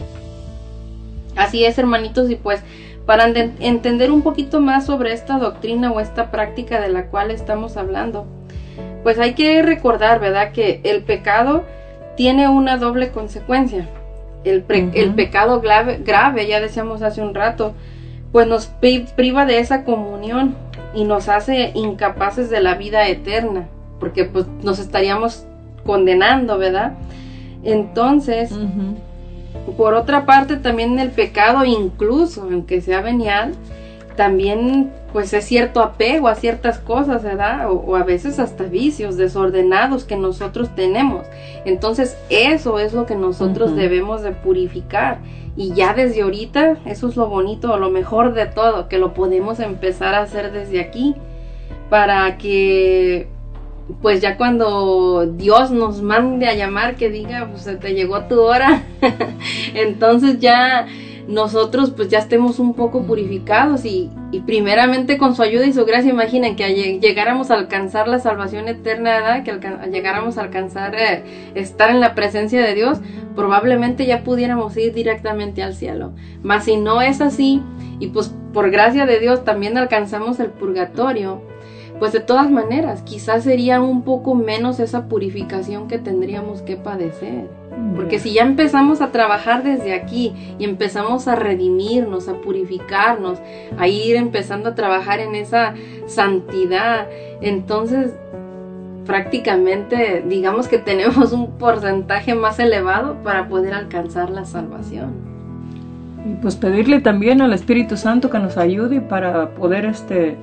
Así es, hermanitos, y pues para entender un poquito más sobre esta doctrina o esta práctica de la cual estamos hablando, pues hay que recordar, ¿verdad?, que el pecado tiene una doble consecuencia. El pecado grave, ya decíamos hace un rato, pues nos priva de esa comunión y nos hace incapaces de la vida eterna, porque pues nos estaríamos condenando, ¿verdad? Entonces, por otra parte, también el pecado, incluso aunque sea venial, también pues es cierto apego a ciertas cosas, ¿verdad? O a veces hasta vicios desordenados que nosotros tenemos. Entonces eso es lo que nosotros debemos de purificar. Y ya desde ahorita, eso es lo bonito, lo mejor de todo, que lo podemos empezar a hacer desde aquí, para que pues ya cuando Dios nos mande a llamar, que diga, pues se te llegó tu hora, entonces ya nosotros pues ya estemos un poco purificados y primeramente con su ayuda y su gracia, imaginen que llegáramos a alcanzar la salvación eterna, ¿verdad? Que llegáramos a alcanzar estar en la presencia de Dios, probablemente ya pudiéramos ir directamente al cielo. Mas si no es así, y pues por gracia de Dios también alcanzamos el purgatorio, pues de todas maneras quizás sería un poco menos esa purificación que tendríamos que padecer. Porque si ya empezamos a trabajar desde aquí y empezamos a redimirnos, a purificarnos, a ir empezando a trabajar en esa santidad, entonces prácticamente digamos que tenemos un porcentaje más elevado para poder alcanzar la salvación. Y pues pedirle también al Espíritu Santo que nos ayude para poder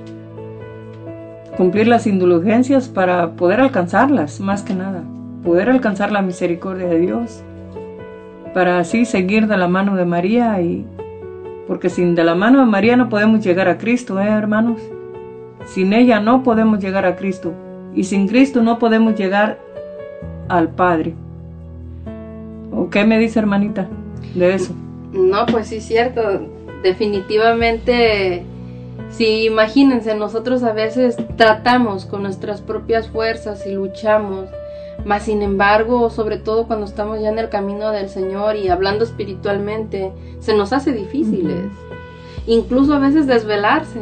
cumplir las indulgencias, para poder alcanzarlas, más que nada, poder alcanzar la misericordia de Dios, para así seguir de la mano de María, porque sin de la mano de María no podemos llegar a Cristo, hermanos. Sin ella no podemos llegar a Cristo, y sin Cristo no podemos llegar al Padre. ¿O qué me dice, hermanita, de eso? No, pues sí, cierto. Definitivamente, sí, imagínense, nosotros a veces tratamos con nuestras propias fuerzas y luchamos, mas sin embargo, sobre todo cuando estamos ya en el camino del Señor y hablando espiritualmente, se nos hace difíciles. Incluso a veces desvelarse,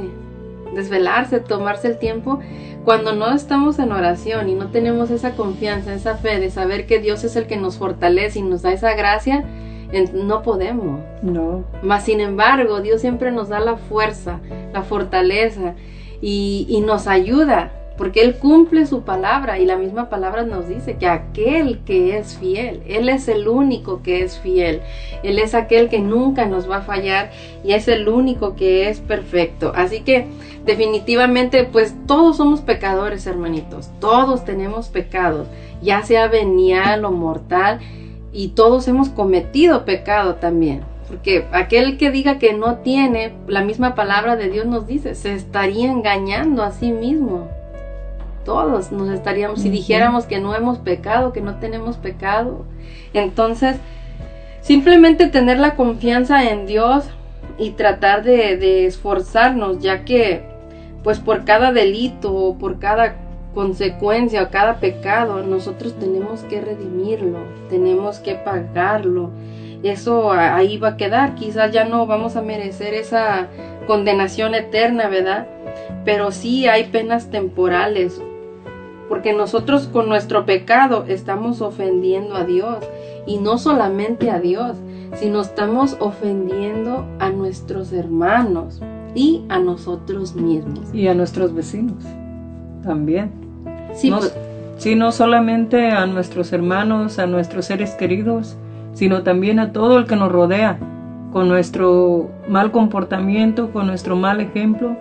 tomarse el tiempo, cuando no estamos en oración y no tenemos esa confianza, esa fe de saber que Dios es el que nos fortalece y nos da esa gracia, no podemos. No. Mas sin embargo, Dios siempre nos da la fuerza, la fortaleza y nos ayuda, porque Él cumple su palabra, y la misma palabra nos dice que aquel que es fiel, Él es el único que es fiel, Él es aquel que nunca nos va a fallar y es el único que es perfecto. Así que definitivamente, pues todos somos pecadores, hermanitos, todos tenemos pecados, ya sea venial o mortal, y todos hemos cometido pecado también. Porque aquel que diga que no tiene, la misma palabra de Dios nos dice, se estaría engañando a sí mismo. Todos nos estaríamos, si dijéramos que no hemos pecado, que no tenemos pecado. Entonces, simplemente tener la confianza en Dios y tratar de esforzarnos, ya que pues por cada delito o por cada consecuencia o cada pecado, nosotros tenemos que redimirlo, tenemos que pagarlo. Eso ahí va a quedar, quizás ya no vamos a merecer esa condenación eterna, ¿verdad? Pero sí hay penas temporales, porque nosotros con nuestro pecado estamos ofendiendo a Dios, y no solamente a Dios, sino estamos ofendiendo a nuestros hermanos y a nosotros mismos. Y a nuestros vecinos también. Sí, no solamente a nuestros hermanos, a nuestros seres queridos, sino también a todo el que nos rodea, con nuestro mal comportamiento, con nuestro mal ejemplo.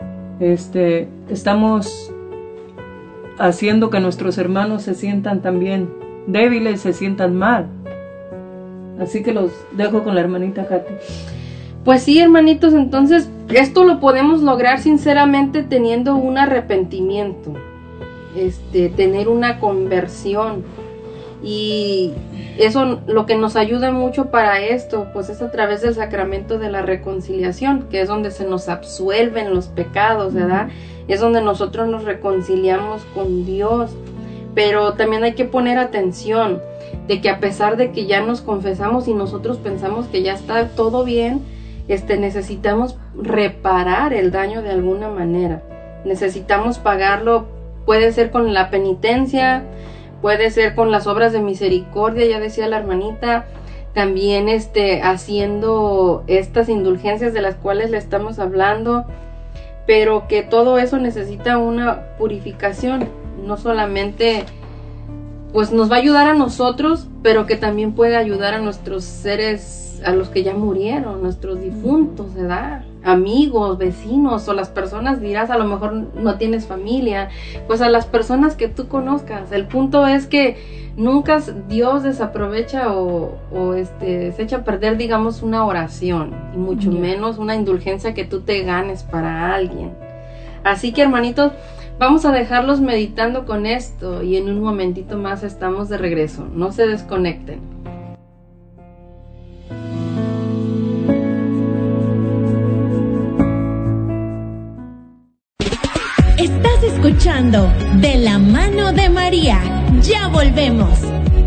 Estamos haciendo que nuestros hermanos se sientan también débiles, se sientan mal. Así que los dejo con la hermanita Katy. Pues sí, hermanitos, entonces esto lo podemos lograr sinceramente teniendo un arrepentimiento, tener una conversión, y eso lo que nos ayuda mucho para esto, pues es a través del sacramento de la reconciliación, que es donde se nos absuelven los pecados, ¿verdad? Es donde nosotros nos reconciliamos con Dios. Pero también hay que poner atención de que a pesar de que ya nos confesamos y nosotros pensamos que ya está todo bien, necesitamos reparar el daño de alguna manera. Necesitamos pagarlo, puede ser con la penitencia, puede ser con las obras de misericordia, ya decía la hermanita, también haciendo estas indulgencias de las cuales le estamos hablando, pero que todo eso necesita una purificación, no solamente pues nos va a ayudar a nosotros, pero que también puede ayudar a nuestros seres, a los que ya murieron, nuestros difuntos, ¿verdad? Amigos, vecinos, o las personas, dirás, a lo mejor no tienes familia, pues a las personas que tú conozcas. El punto es que nunca Dios desaprovecha o se echa a perder, digamos, una oración, y mucho menos una indulgencia que tú te ganes para alguien. Así que, hermanitos, vamos a dejarlos meditando con esto, y en un momentito más estamos de regreso. No se desconecten. Estás escuchando De la mano de María. Ya volvemos.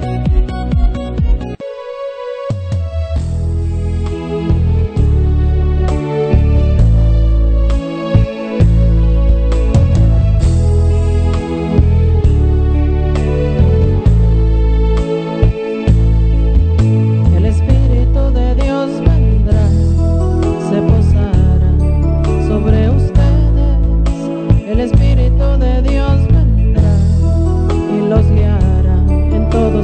El Espíritu de Dios vendrá, se posará sobre ustedes. El Espíritu de Dios vendrá y los guiará en todo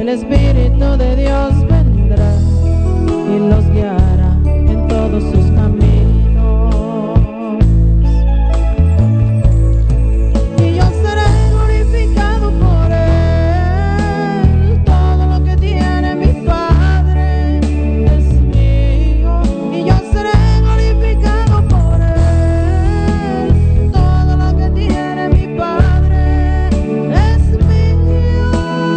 Espíritu de Dios vendrá y los guiará en todos sus caminos. Y yo seré glorificado por Él. Todo lo que tiene mi Padre es mío. Y yo seré glorificado por Él. Todo lo que tiene mi Padre es mío.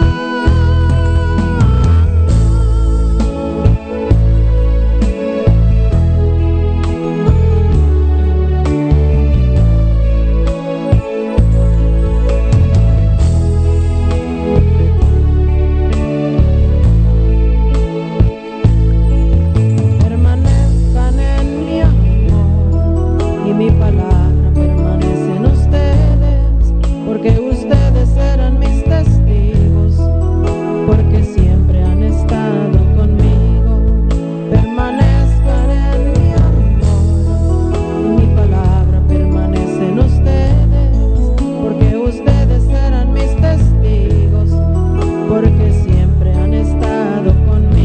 Permanezcan en mi amor y mi palabra permanece en ustedes, porque ustedes serán mis testigos, porque siempre han estado conmigo. Permanezcan en mi amor y mi palabra permanece en ustedes, porque ustedes serán mis testigos, porque siempre han estado conmigo.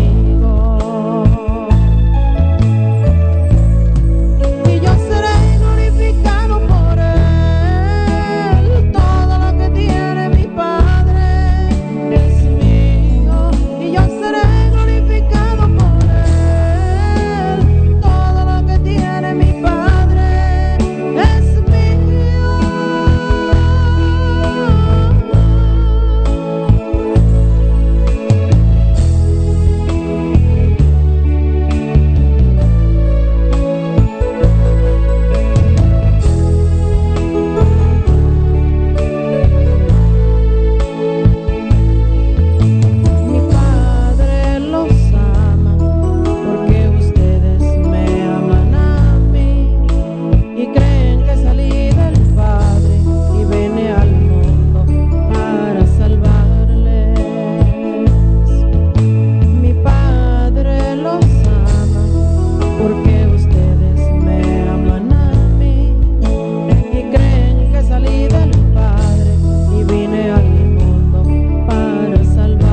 Y yo seré glorificado por Él. Todo lo que tiene mi Padre es mío. Y yo seré glorificado por Él. Todo lo que tiene mi Padre es mío. Mi Padre los ama, porque ustedes me aman a mí y creen que salí del Padre y vine al mundo para salvarles. Mi Padre los ama, porque ustedes me aman a mí y creen que salí del Padre y vine al mundo para salvarles.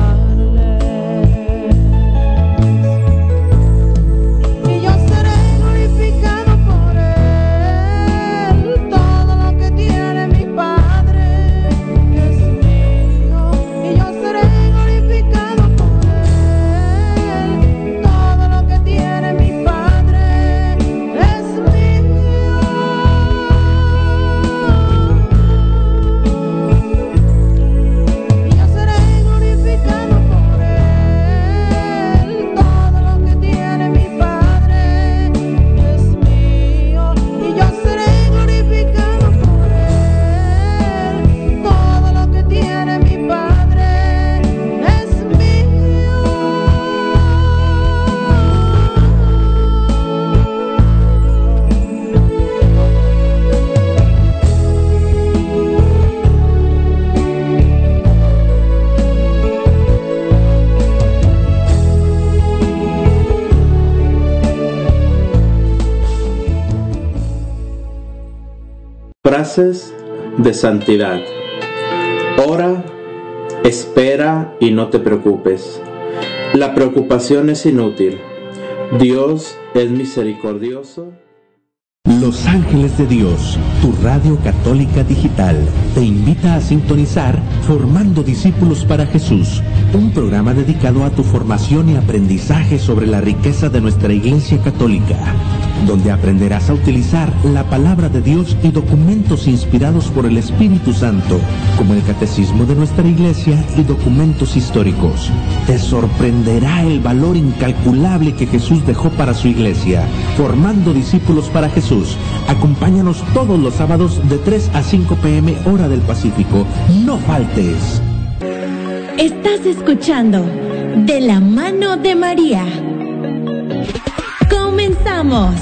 Y yo seré glorificado por Él. Todo lo que tiene mi Padre es mío. Y yo seré glorificado por Él. Todo lo que tiene mi Padre es mío. Y yo seré glorificado por Él. Todo lo que tiene mi Padre es mío. Y yo seré glorificado por Él. Todo lo que tiene mi Padre es mío. Frases de santidad. Ora, espera y no te preocupes. La preocupación es inútil. Dios es misericordioso. Los Ángeles de Dios, tu radio católica digital, te invita a sintonizar Formando Discípulos para Jesús, un programa dedicado a tu formación y aprendizaje sobre la riqueza de nuestra Iglesia Católica, donde aprenderás a utilizar la palabra de Dios y documentos inspirados por el Espíritu Santo, como el Catecismo de nuestra Iglesia y documentos históricos. Te sorprenderá el valor incalculable que Jesús dejó para su Iglesia. Formando Discípulos para Jesús. Acompáñanos todos los sábados de 3 a 5 p.m. hora del Pacífico. No faltes. Estás escuchando De la mano de María. Comenzamos.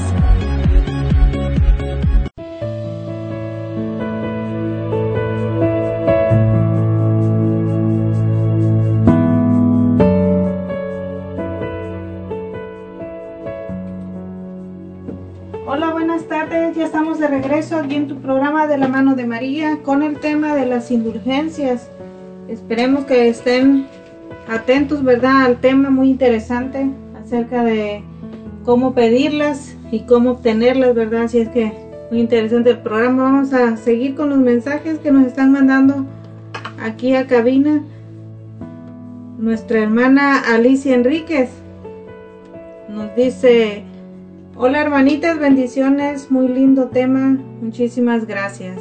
Hola, buenas tardes. Ya estamos de regreso aquí en tu programa De la mano de María con el tema de las indulgencias. Esperemos que estén atentos, ¿verdad?, al tema muy interesante acerca de cómo pedirlas y cómo obtenerlas, ¿verdad? Así es que muy interesante el programa. Vamos a seguir con los mensajes que nos están mandando aquí a cabina. Nuestra hermana Alicia Enríquez nos dice: hola hermanitas, bendiciones, muy lindo tema, muchísimas gracias.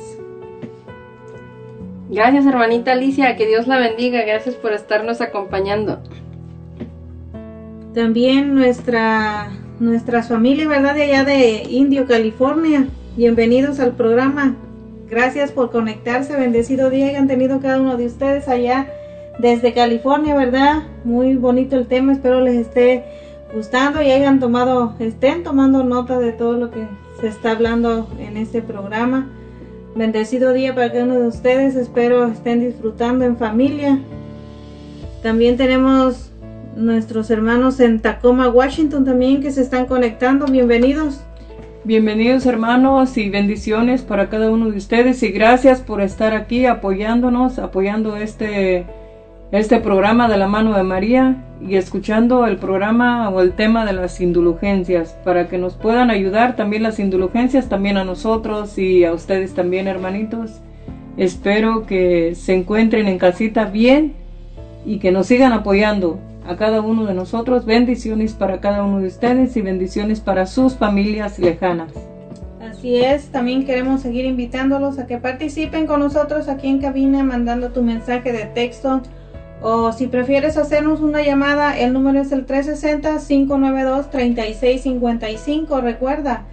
Gracias, hermanita Alicia, que Dios la bendiga, gracias por estarnos acompañando. También nuestra familia, ¿verdad?, de allá de Indio, California, bienvenidos al programa, gracias por conectarse, bendecido día hayan tenido cada uno de ustedes allá desde California, ¿verdad? Muy bonito el tema, espero les esté gustando y estén tomando nota de todo lo que se está hablando en este programa. Bendecido día para cada uno de ustedes, espero estén disfrutando en familia. También tenemos nuestros hermanos en Tacoma, Washington también que se están conectando, bienvenidos. Bienvenidos hermanos y bendiciones para cada uno de ustedes y gracias por estar aquí apoyándonos, apoyando este programa de la mano de María y escuchando el programa o el tema de las indulgencias para que nos puedan ayudar también las indulgencias, también a nosotros y a ustedes también, hermanitos. Espero que se encuentren en casita bien y que nos sigan apoyando a cada uno de nosotros. Bendiciones para cada uno de ustedes y bendiciones para sus familias lejanas. Así es, también queremos seguir invitándolos a que participen con nosotros aquí en cabina mandando tu mensaje de texto. O si prefieres hacernos una llamada, el número es el 360-592-3655. Recuerda,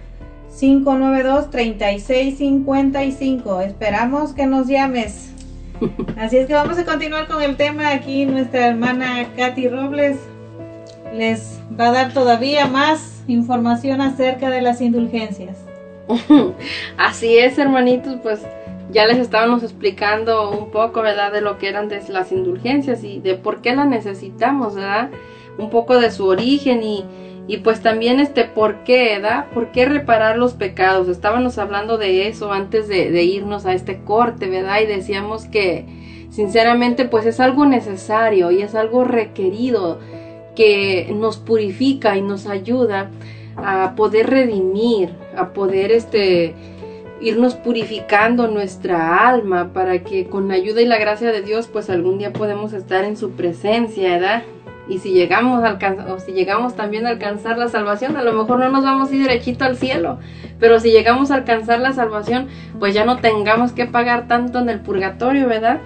592-3655. Esperamos que nos llames. Así es que vamos a continuar con el tema. Aquí nuestra hermana Katy Robles les va a dar todavía más información acerca de las indulgencias. Así es, hermanitos, pues ya les estábamos explicando un poco, ¿verdad?, de lo que eran de las indulgencias y de por qué las necesitamos, ¿verdad? Un poco de su origen y pues también por qué, ¿verdad? ¿Por qué reparar los pecados? Estábamos hablando de eso antes de irnos a este corte, ¿verdad? Y decíamos que sinceramente pues es algo necesario y es algo requerido que nos purifica y nos ayuda a poder redimir, a poder irnos purificando nuestra alma para que con la ayuda y la gracia de Dios pues algún día podemos estar en su presencia, ¿verdad? Y si llegamos también a alcanzar la salvación, a lo mejor no nos vamos a ir derechito al cielo, pero si llegamos a alcanzar la salvación, pues ya no tengamos que pagar tanto en el purgatorio, ¿verdad?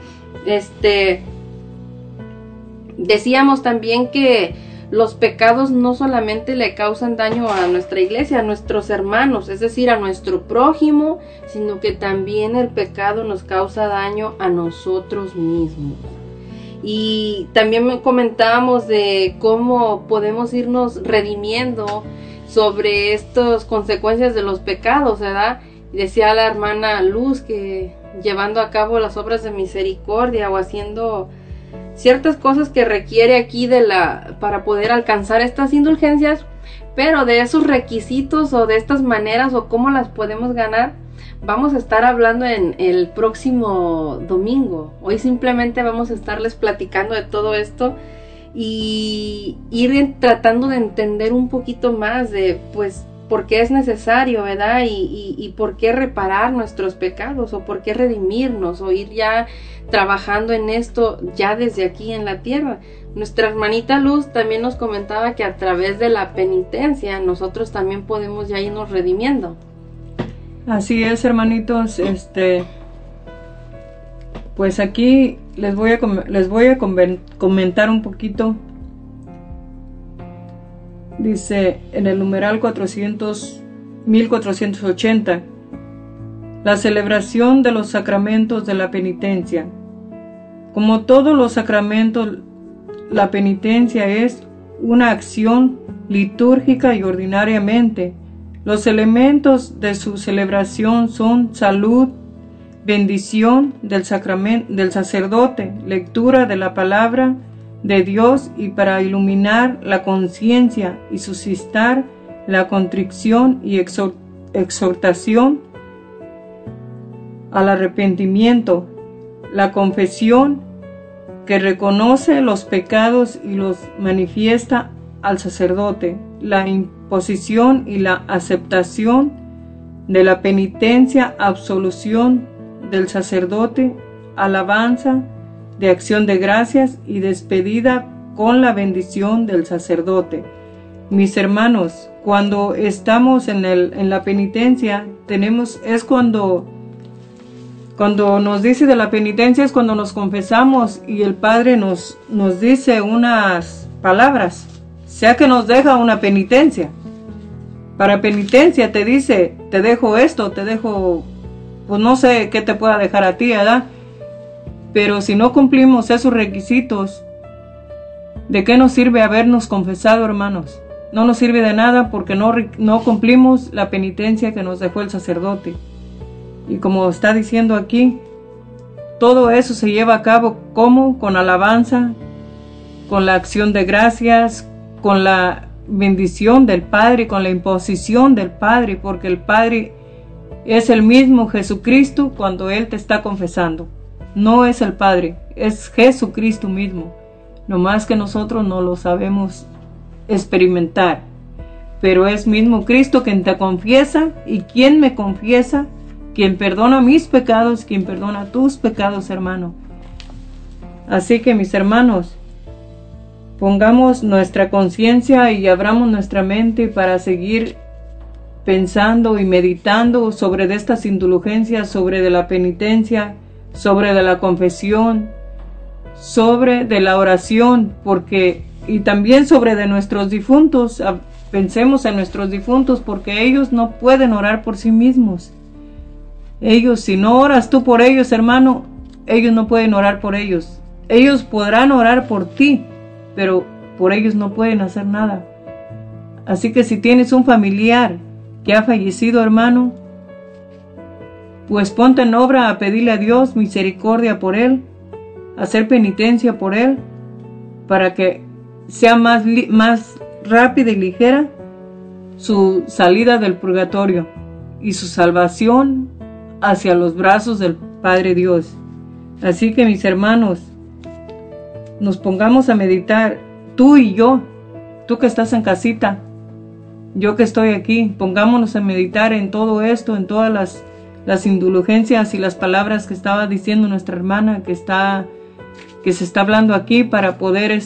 Decíamos también que los pecados no solamente le causan daño a nuestra iglesia, a nuestros hermanos, es decir, a nuestro prójimo, sino que también el pecado nos causa daño a nosotros mismos. Y también comentábamos de cómo podemos irnos redimiendo sobre estas consecuencias de los pecados, ¿verdad? Y decía la hermana Luz que llevando a cabo las obras de misericordia o haciendo ciertas cosas que requiere aquí para poder alcanzar estas indulgencias, pero de esos requisitos o de estas maneras o cómo las podemos ganar, vamos a estar hablando en el próximo domingo. Hoy simplemente vamos a estarles platicando de todo esto y ir tratando de entender un poquito más de pues por qué es necesario, ¿verdad? Y por qué reparar nuestros pecados o por qué redimirnos o ir ya trabajando en esto ya desde aquí en la tierra. Nuestra hermanita Luz también nos comentaba que a través de la penitencia nosotros también podemos ya irnos redimiendo. Así es, hermanitos, pues aquí les voy a comentar un poquito. Dice en el numeral 1480, la celebración de los sacramentos de la penitencia. Como todos los sacramentos, la penitencia es una acción litúrgica y ordinariamente. Los elementos de su celebración son salud, bendición del sacerdote, lectura de la palabra de Dios y para iluminar la conciencia y suscitar la contrición y exhortación al arrepentimiento, la confesión que reconoce los pecados y los manifiesta al sacerdote, la imposición y la aceptación de la penitencia, absolución del sacerdote, alabanza de acción de gracias y despedida con la bendición del sacerdote. Mis hermanos, cuando estamos en la penitencia, cuando nos dice de la penitencia es cuando nos confesamos y el Padre nos dice unas palabras, sea que nos deja una penitencia. Para penitencia te dice, te dejo esto, te dejo, pues no sé qué te pueda dejar a ti, ¿verdad? Pero si no cumplimos esos requisitos, ¿de qué nos sirve habernos confesado, hermanos? No nos sirve de nada porque no cumplimos la penitencia que nos dejó el sacerdote. Y como está diciendo aquí, todo eso se lleva a cabo ¿cómo? Con alabanza, con la acción de gracias, con la bendición del Padre, con la imposición del Padre, porque el Padre es el mismo Jesucristo cuando Él te está confesando. No es el Padre, es Jesucristo mismo. Nomás que nosotros no lo sabemos experimentar. Pero es mismo Cristo quien te confiesa, y quien me confiesa, quien perdona mis pecados, quien perdona tus pecados, hermano. Así que, mis hermanos, pongamos nuestra conciencia y abramos nuestra mente para seguir pensando y meditando sobre de estas indulgencias, sobre de la penitencia, sobre de la confesión, sobre de la oración, y también sobre de nuestros difuntos. Pensemos en nuestros difuntos, porque ellos no pueden orar por sí mismos. Ellos, si no oras tú por ellos, hermano, ellos no pueden orar por ellos. Ellos podrán orar por ti, pero por ellos no pueden hacer nada. Así que si tienes un familiar que ha fallecido, hermano, pues ponte en obra a pedirle a Dios misericordia por él, hacer penitencia por él, para que sea más rápida y ligera su salida del purgatorio y su salvación hacia los brazos del Padre Dios. Así que, mis hermanos, nos pongamos a meditar, tú y yo, tú que estás en casita, yo que estoy aquí, pongámonos a meditar en todo esto, en todas las indulgencias y las palabras que estaba diciendo nuestra hermana que se está hablando aquí, para poder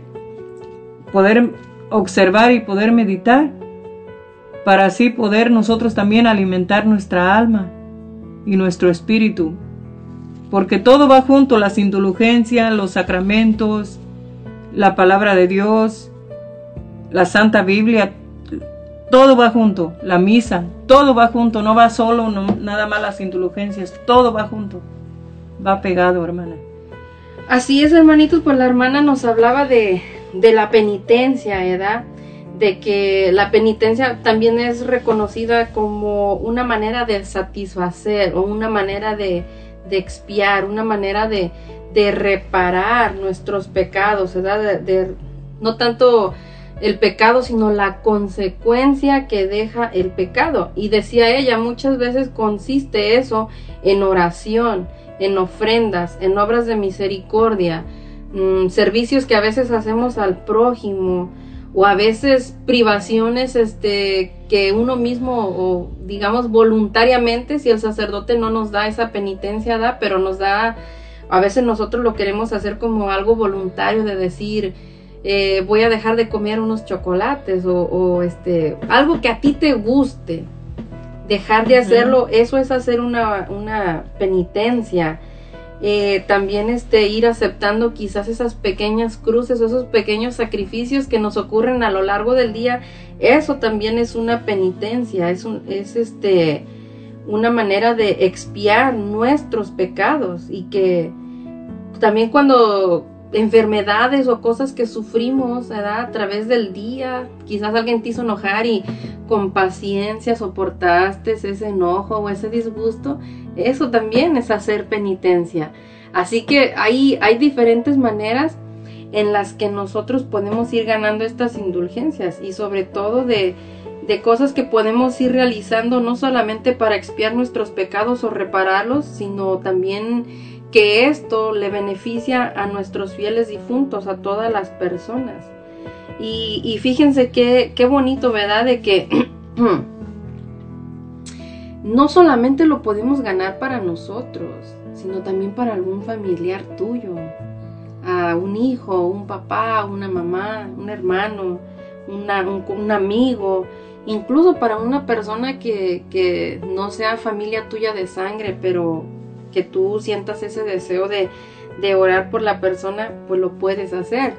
observar y poder meditar, para así poder nosotros también alimentar nuestra alma y nuestro espíritu, porque todo va junto, las indulgencias, los sacramentos, la palabra de Dios, la Santa Biblia, todo va junto, la misa, todo va junto, no va solo, nada más las indulgencias, todo va junto, va pegado, hermana. Así es, hermanitos, pues la hermana nos hablaba de la penitencia, ¿verdad? De que la penitencia también es reconocida como una manera de satisfacer, o una manera de expiar, una manera de reparar nuestros pecados, ¿verdad? No tanto el pecado, sino la consecuencia que deja el pecado. Y decía ella, muchas veces consiste eso en oración, en ofrendas, en obras de misericordia, servicios que a veces hacemos al prójimo, o a veces privaciones que uno mismo, o digamos voluntariamente, si el sacerdote no nos da esa penitencia, da, pero nos da, a veces nosotros lo queremos hacer como algo voluntario, de decir, voy a dejar de comer unos chocolates, o algo que a ti te guste, dejar de hacerlo, eso es hacer una penitencia. También ir aceptando quizás esas pequeñas cruces, esos pequeños sacrificios que nos ocurren a lo largo del día, eso también es una penitencia, es una manera de expiar nuestros pecados. Y que también cuando enfermedades o cosas que sufrimos, ¿verdad?, a través del día, quizás alguien te hizo enojar y con paciencia soportaste ese enojo o ese disgusto, eso también es hacer penitencia. Así que hay diferentes maneras en las que nosotros podemos ir ganando estas indulgencias, y sobre todo de cosas que podemos ir realizando, no solamente para expiar nuestros pecados o repararlos, sino también que esto le beneficia a nuestros fieles difuntos, a todas las personas. Y fíjense qué bonito, ¿verdad? De que no solamente lo podemos ganar para nosotros, sino también para algún familiar tuyo, a un hijo, un papá, una mamá, un hermano, un amigo, incluso para una persona que no sea familia tuya de sangre, pero que tú sientas ese deseo de orar por la persona, pues lo puedes hacer.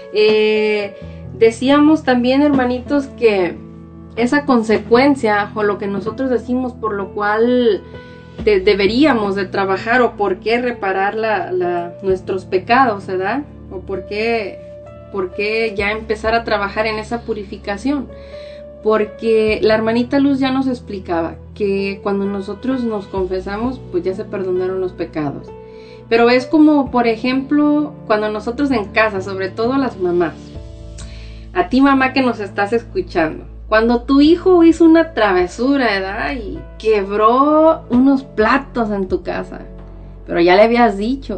Decíamos también, hermanitos, que esa consecuencia, o lo que nosotros decimos por lo cual deberíamos de trabajar, o por qué reparar nuestros pecados, ¿verdad? O por qué ya empezar a trabajar en esa purificación. Porque la hermanita Luz ya nos explicaba que cuando nosotros nos confesamos, pues ya se perdonaron los pecados. Pero es como, por ejemplo, cuando nosotros en casa, sobre todo las mamás, a ti mamá que nos estás escuchando, cuando tu hijo hizo una travesura, ¿verdad? Y quebró unos platos en tu casa, pero ya le habías dicho,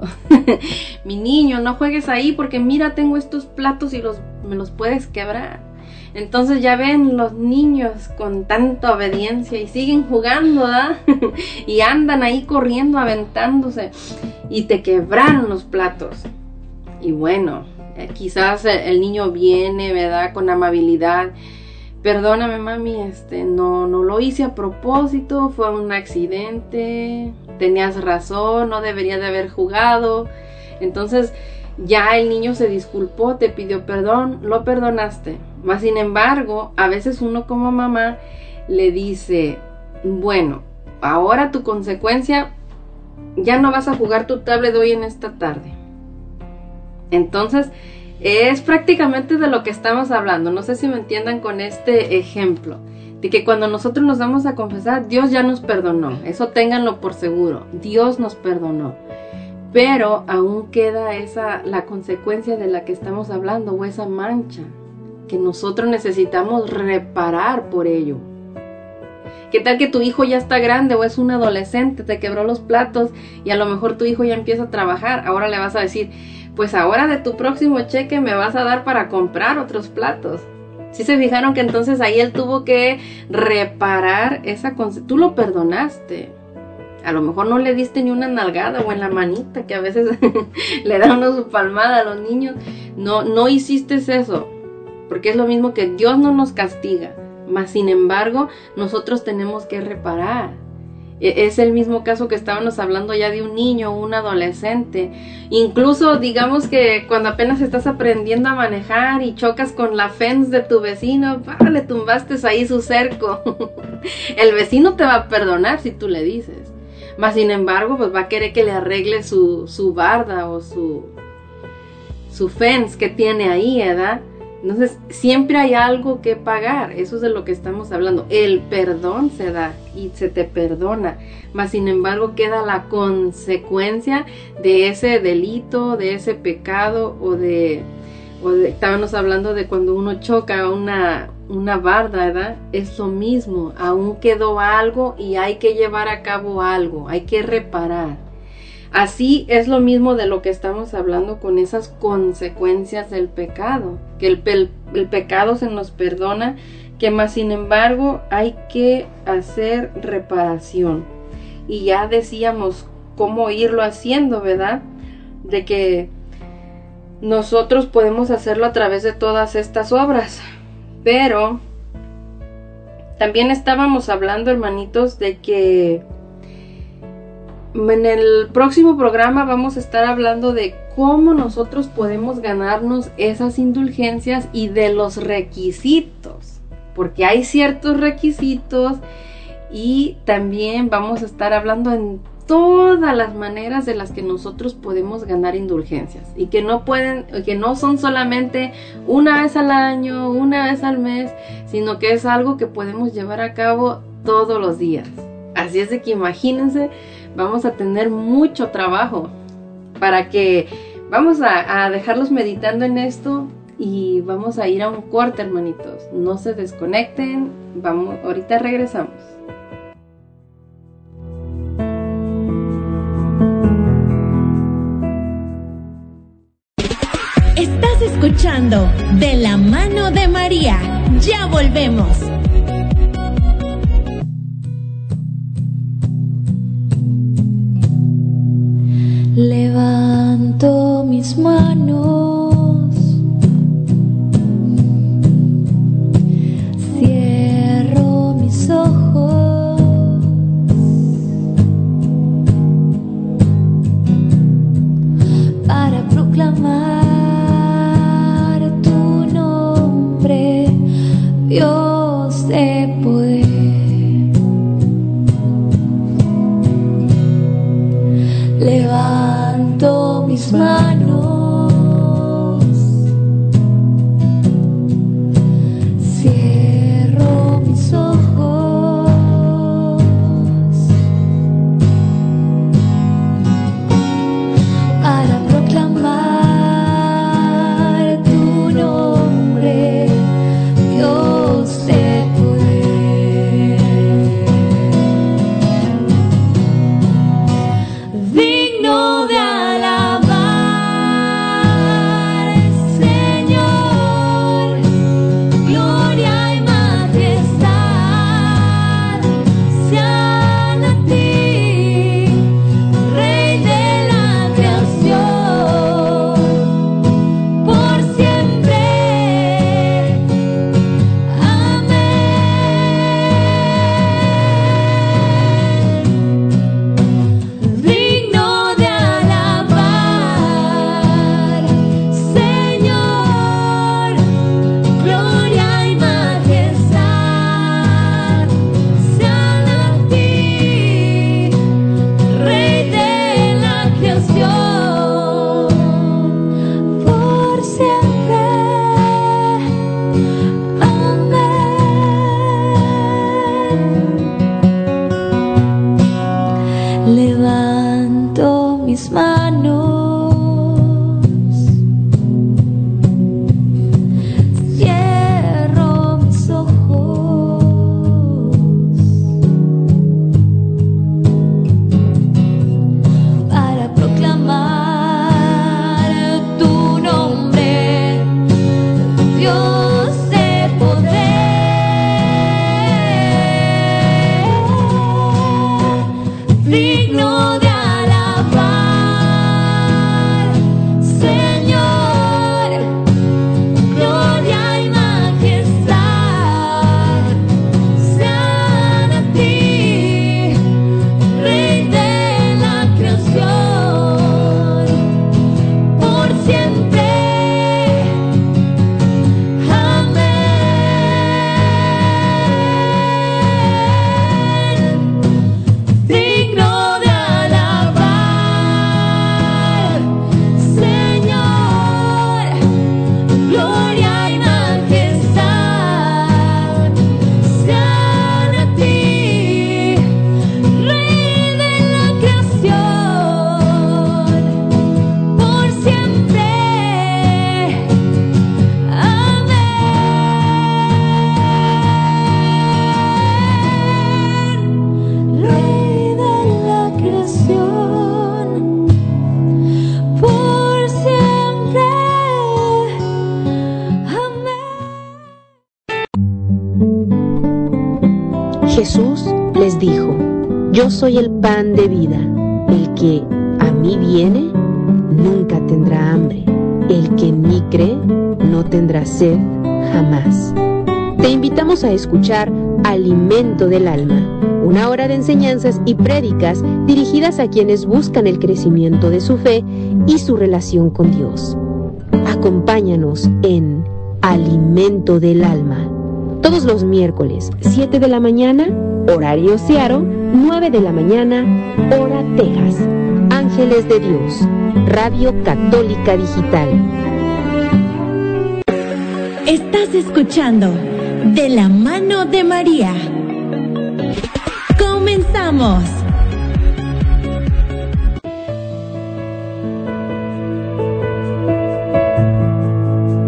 mi niño, no juegues ahí porque mira, tengo estos platos y me los puedes quebrar. Entonces ya ven los niños con tanta obediencia y siguen jugando, ¿verdad? Y andan ahí corriendo, aventándose, y te quebraron los platos. Y bueno, quizás el niño viene, ¿verdad? Con amabilidad. Perdóname, mami, no lo hice a propósito, fue un accidente, tenías razón, no debería de haber jugado. Entonces ya el niño se disculpó, te pidió perdón, lo perdonaste. Mas sin embargo, a veces uno como mamá le dice, bueno, ahora tu consecuencia, ya no vas a jugar tu tablet hoy en esta tarde. Entonces, es prácticamente de lo que estamos hablando. No sé si me entiendan con este ejemplo, de que cuando nosotros nos vamos a confesar, Dios ya nos perdonó. Eso ténganlo por seguro, Dios nos perdonó. Pero aún queda la consecuencia de la que estamos hablando, o esa mancha que nosotros necesitamos reparar por ello. ¿Qué tal que tu hijo ya está grande o es un adolescente, te quebró los platos y a lo mejor tu hijo ya empieza a trabajar? Ahora le vas a decir, pues ahora de tu próximo cheque me vas a dar para comprar otros platos. ¿Sí se fijaron que entonces ahí él tuvo que reparar esa consecuencia? Tú lo perdonaste. A lo mejor no le diste ni una nalgada o en la manita, que a veces le da uno su palmada a los niños. No hiciste eso, porque es lo mismo que Dios no nos castiga, mas sin embargo nosotros tenemos que reparar. Es el mismo caso que estábamos hablando ya de un niño o un adolescente. Incluso digamos que cuando apenas estás aprendiendo a manejar y chocas con la fence de tu vecino, le tumbaste ahí su cerco. El vecino te va a perdonar si tú le dices. Mas sin embargo, pues va a querer que le arregle su barda o su fence que tiene ahí, ¿verdad? Entonces, siempre hay algo que pagar. Eso es de lo que estamos hablando. El perdón se da y se te perdona. Mas sin embargo, queda la consecuencia de ese delito, de ese pecado estábamos hablando de cuando uno choca una barda, ¿verdad? Es lo mismo. Aún quedó algo y hay que llevar a cabo algo. Hay que reparar. Así es lo mismo de lo que estamos hablando con esas consecuencias del pecado, que el pecado se nos perdona, que más sin embargo hay que hacer reparación. Y ya decíamos cómo irlo haciendo, ¿verdad? De que nosotros podemos hacerlo a través de todas estas obras, pero también estábamos hablando, hermanitos, de que en el próximo programa vamos a estar hablando de cómo nosotros podemos ganarnos esas indulgencias y de los requisitos, porque hay ciertos requisitos, y también vamos a estar hablando en todas las maneras de las que nosotros podemos ganar indulgencias y que no son solamente una vez al año, una vez al mes, sino que es algo que podemos llevar a cabo todos los días. Así es de que imagínense, vamos a tener mucho trabajo para que vamos a dejarlos meditando en esto y vamos a ir a un corte, hermanitos. No se desconecten, ahorita regresamos. escuchando De la mano de María. Ya volvemos. Levanto mis manos, cierro mis ojos para proclamar tu nombre, Dios de poder. Levanto mis manos, cierro mis ojos para proclamar tu nombre, Dios de poder. Digno de alabar, Señor, gloria y majestad sean a ti, Rey de la creación, por siempre. Amén. Digno de alabar, Señor, gloria y majestad sean a ti, Rey de la creación, por siempre. Amén. Levanto mis manos, cierro mis ojos para proclamar tu nombre, Dios de poder. Digno de alabar, Señor, gloria y majestad sean a ti, Rey de la creación, por siempre. Amén. Digno de alabar, Señor, gloria y majestad sean a ti, Rey de la creación, por siempre. Amén. Rey de la creación, por siempre. Jesús les dijo: Yo soy el pan de vida. El que a mí viene nunca tendrá hambre. El que en mí cree no tendrá sed jamás. Te invitamos a escuchar Alimento del Alma, una hora de enseñanzas y prédicas dirigidas a quienes buscan el crecimiento de su fe y su relación con Dios. Acompáñanos en Alimento del Alma, todos los miércoles, 7 de la mañana, horario Seattle, 9 de la mañana, hora Texas. Ángeles de Dios, Radio Católica Digital. Estás escuchando De la mano de María. Comenzamos.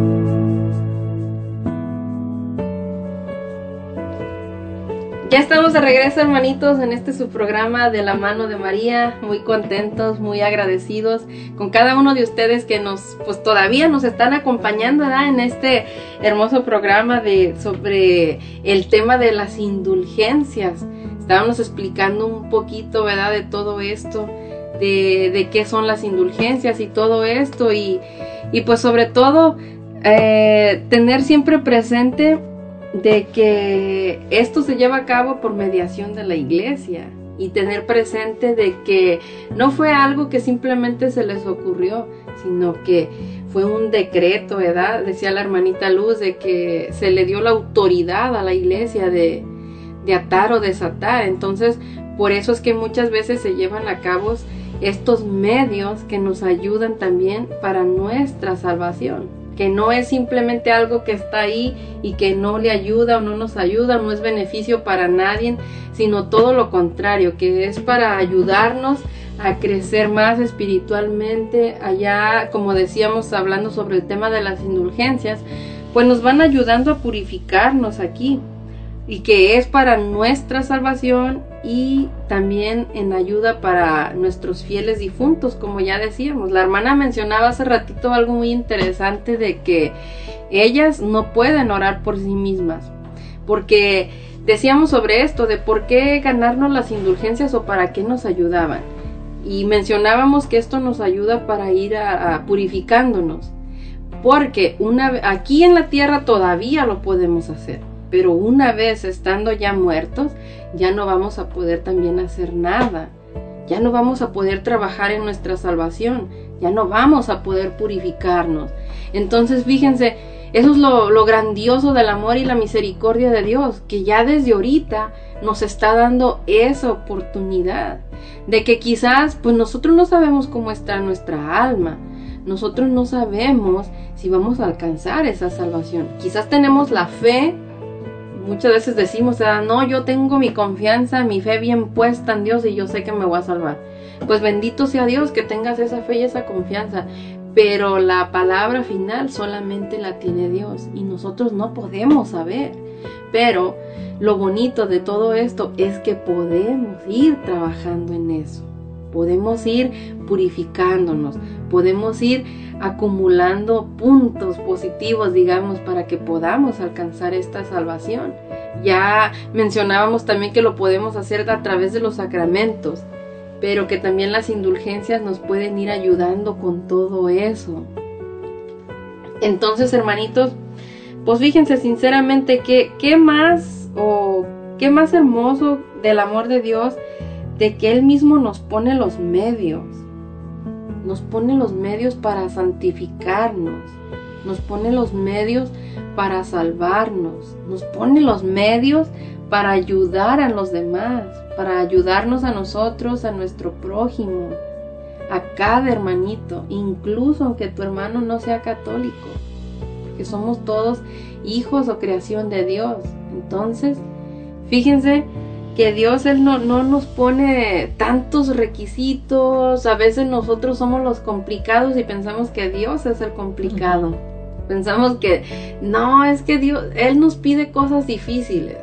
Ya estamos estamos de regreso, hermanitos, en este su programa de la mano de María. Muy contentos, muy agradecidos con cada uno de ustedes que pues todavía nos están acompañando, ¿verdad? En este hermoso programa sobre el tema de las indulgencias. Estábamos explicando un poquito, ¿verdad? De todo esto, de qué son las indulgencias y todo esto, y pues sobre todo tener siempre presente de que esto se lleva a cabo por mediación de la iglesia, y tener presente de que no fue algo que simplemente se les ocurrió, sino que fue un decreto, ¿verdad? Decía la hermanita Luz de que se le dio la autoridad a la iglesia de atar o desatar. Entonces, por eso es que muchas veces se llevan a cabo estos medios que nos ayudan también para nuestra salvación, que no es simplemente algo que está ahí y que no le ayuda o no nos ayuda, no es beneficio para nadie, sino todo lo contrario, que es para ayudarnos a crecer más espiritualmente. Allá, como decíamos, hablando sobre el tema de las indulgencias, pues nos van ayudando a purificarnos aquí, y que es para nuestra salvación y también en ayuda para nuestros fieles difuntos, como ya decíamos. La hermana mencionaba hace ratito algo muy interesante, de que ellas no pueden orar por sí mismas, porque decíamos sobre esto, de por qué ganarnos las indulgencias o para qué nos ayudaban, y mencionábamos que esto nos ayuda para ir a purificándonos, porque aquí en la tierra todavía lo podemos hacer, pero una vez estando ya muertos, ya no vamos a poder también hacer nada. Ya no vamos a poder trabajar en nuestra salvación. Ya no vamos a poder purificarnos. Entonces, fíjense, eso es lo grandioso del amor y la misericordia de Dios, que ya desde ahorita nos está dando esa oportunidad. De que quizás, pues nosotros no sabemos cómo está nuestra alma. Nosotros no sabemos si vamos a alcanzar esa salvación. Quizás tenemos la fe. Muchas veces decimos, no, yo tengo mi confianza, mi fe bien puesta en Dios y yo sé que me voy a salvar. Pues bendito sea Dios que tengas esa fe y esa confianza, pero la palabra final solamente la tiene Dios y nosotros no podemos saber. Pero lo bonito de todo esto es que podemos ir trabajando en eso, podemos ir purificándonos, podemos ir acumulando puntos positivos, digamos, para que podamos alcanzar esta salvación. Ya mencionábamos también que lo podemos hacer a través de los sacramentos, pero que también las indulgencias nos pueden ir ayudando con todo eso. Entonces, hermanitos, pues fíjense sinceramente qué más hermoso del amor de Dios, de que Él mismo nos pone los medios. Nos pone los medios para santificarnos, nos pone los medios para salvarnos, nos pone los medios para ayudar a los demás, para ayudarnos a nosotros, a nuestro prójimo, a cada hermanito, incluso aunque tu hermano no sea católico, porque somos todos hijos o creación de Dios. Entonces, fíjense que Dios, Él no nos pone tantos requisitos. A veces nosotros somos los complicados y pensamos que Dios es el complicado. Pensamos que no, es que Dios, Él nos pide cosas difíciles.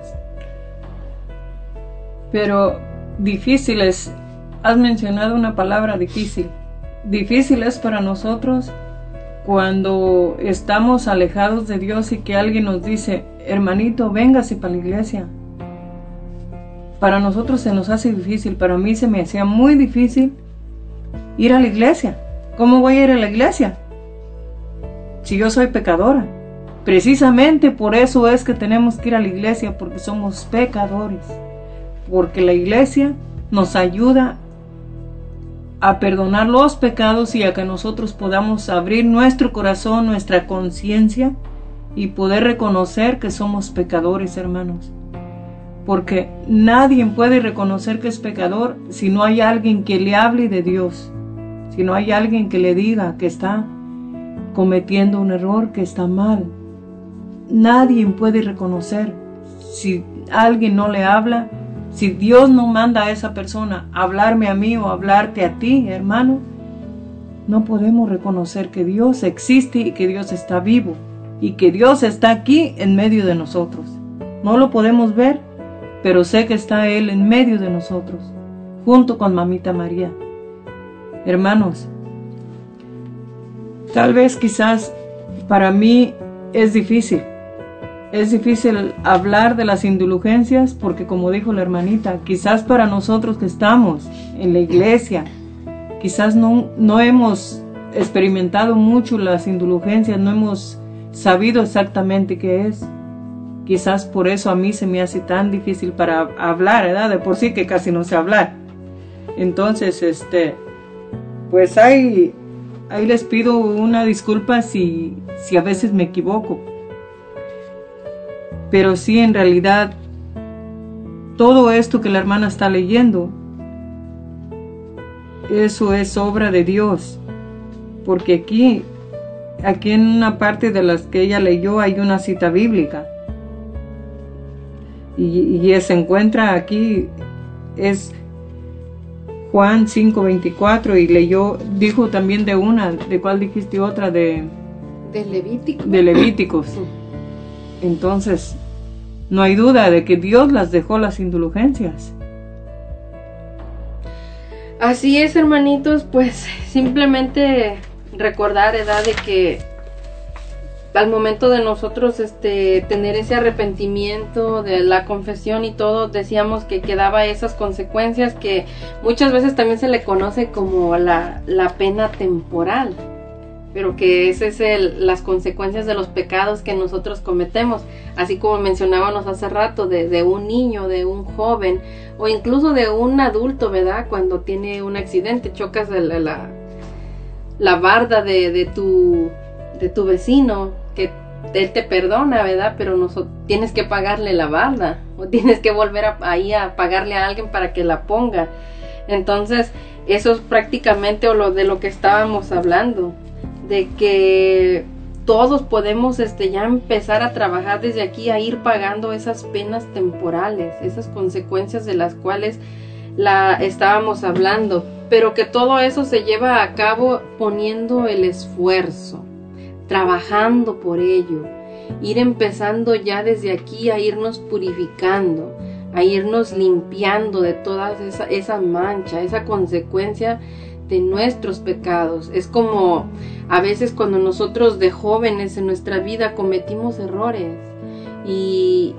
Pero difíciles, has mencionado una palabra difícil. Difícil es para nosotros cuando estamos alejados de Dios y que alguien nos dice, hermanito, véngase para la iglesia. Para nosotros se nos hace difícil, para mí se me hacía muy difícil ir a la iglesia. ¿Cómo voy a ir a la iglesia si yo soy pecadora? Precisamente por eso es que tenemos que ir a la iglesia, porque somos pecadores. Porque la iglesia nos ayuda a perdonar los pecados y a que nosotros podamos abrir nuestro corazón, nuestra conciencia y poder reconocer que somos pecadores, hermanos. Porque nadie puede reconocer que es pecador si no hay alguien que le hable de Dios, si no hay alguien que le diga que está cometiendo un error, que está mal. Nadie puede reconocer si alguien no le habla, si Dios no manda a esa persona a hablarme a mí o a hablarte a ti, hermano. No podemos reconocer que Dios existe y que Dios está vivo y que Dios está aquí en medio de nosotros. No lo podemos ver, pero sé que está Él en medio de nosotros, junto con Mamita María. Hermanos, tal vez quizás para mí es difícil hablar de las indulgencias, porque como dijo la hermanita, quizás para nosotros que estamos en la iglesia, quizás no hemos experimentado mucho las indulgencias, no hemos sabido exactamente qué es. Quizás por eso a mí se me hace tan difícil para hablar, ¿verdad? De por sí que casi no sé hablar. Entonces, pues ahí les pido una disculpa si a veces me equivoco. Pero sí, en realidad, todo esto que la hermana está leyendo, eso es obra de Dios. Porque aquí en una parte de las que ella leyó hay una cita bíblica. Y se encuentra aquí, es Juan 5:24, y dijo también ¿de cuál dijiste otra? De Levíticos. Entonces, no hay duda de que Dios las dejó las indulgencias. Así es, hermanitos, pues simplemente recordar, ¿verdad?, de que al momento de nosotros tener ese arrepentimiento de la confesión y todo, decíamos que quedaba esas consecuencias que muchas veces también se le conoce como la pena temporal, pero que ese es las consecuencias de los pecados que nosotros cometemos, así como mencionábamos hace rato de un niño, de un joven o incluso de un adulto, ¿verdad? Cuando tiene un accidente, chocas la barda de tu vecino, que él te perdona, ¿verdad? Pero tienes que pagarle la barda, o tienes que volver a pagarle a alguien para que la ponga. Entonces, eso es prácticamente de lo que estábamos hablando, de que todos podemos ya empezar a trabajar desde aquí, a ir pagando esas penas temporales, esas consecuencias de las cuales estábamos hablando, pero que todo eso se lleva a cabo poniendo el esfuerzo, trabajando por ello, ir empezando ya desde aquí a irnos purificando, a irnos limpiando de toda esa mancha, esa consecuencia de nuestros pecados. Es como a veces cuando nosotros de jóvenes en nuestra vida cometimos errores y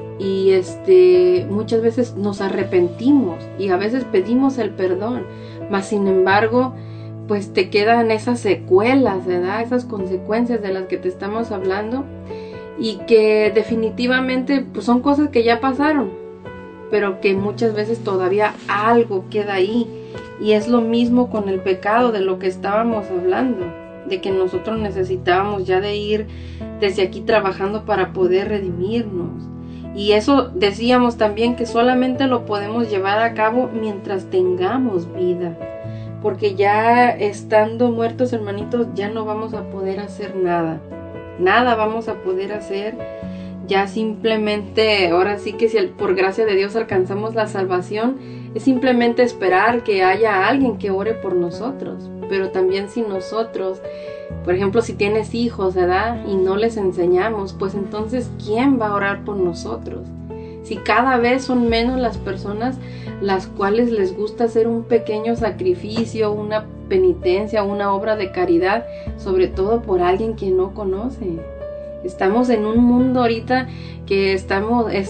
muchas veces nos arrepentimos y a veces pedimos el perdón, mas sin embargo pues te quedan esas secuelas, ¿verdad? Esas consecuencias de las que te estamos hablando, y que definitivamente pues son cosas que ya pasaron, pero que muchas veces todavía algo queda ahí. Y es lo mismo con el pecado de lo que estábamos hablando, de que nosotros necesitábamos ya de ir desde aquí trabajando para poder redimirnos. Y eso decíamos también que solamente lo podemos llevar a cabo mientras tengamos vida, porque ya estando muertos, hermanitos, ya no vamos a poder hacer nada vamos a poder hacer. Ya simplemente, ahora sí que si por gracia de Dios alcanzamos la salvación, es simplemente esperar que haya alguien que ore por nosotros. Pero también si nosotros, por ejemplo, si tienes hijos, ¿verdad?, y no les enseñamos, pues entonces ¿quién va a orar por nosotros? Si cada vez son menos las personas las cuales les gusta hacer un pequeño sacrificio, una penitencia, una obra de caridad, sobre todo por alguien que no conoce. Estamos en un mundo ahorita que está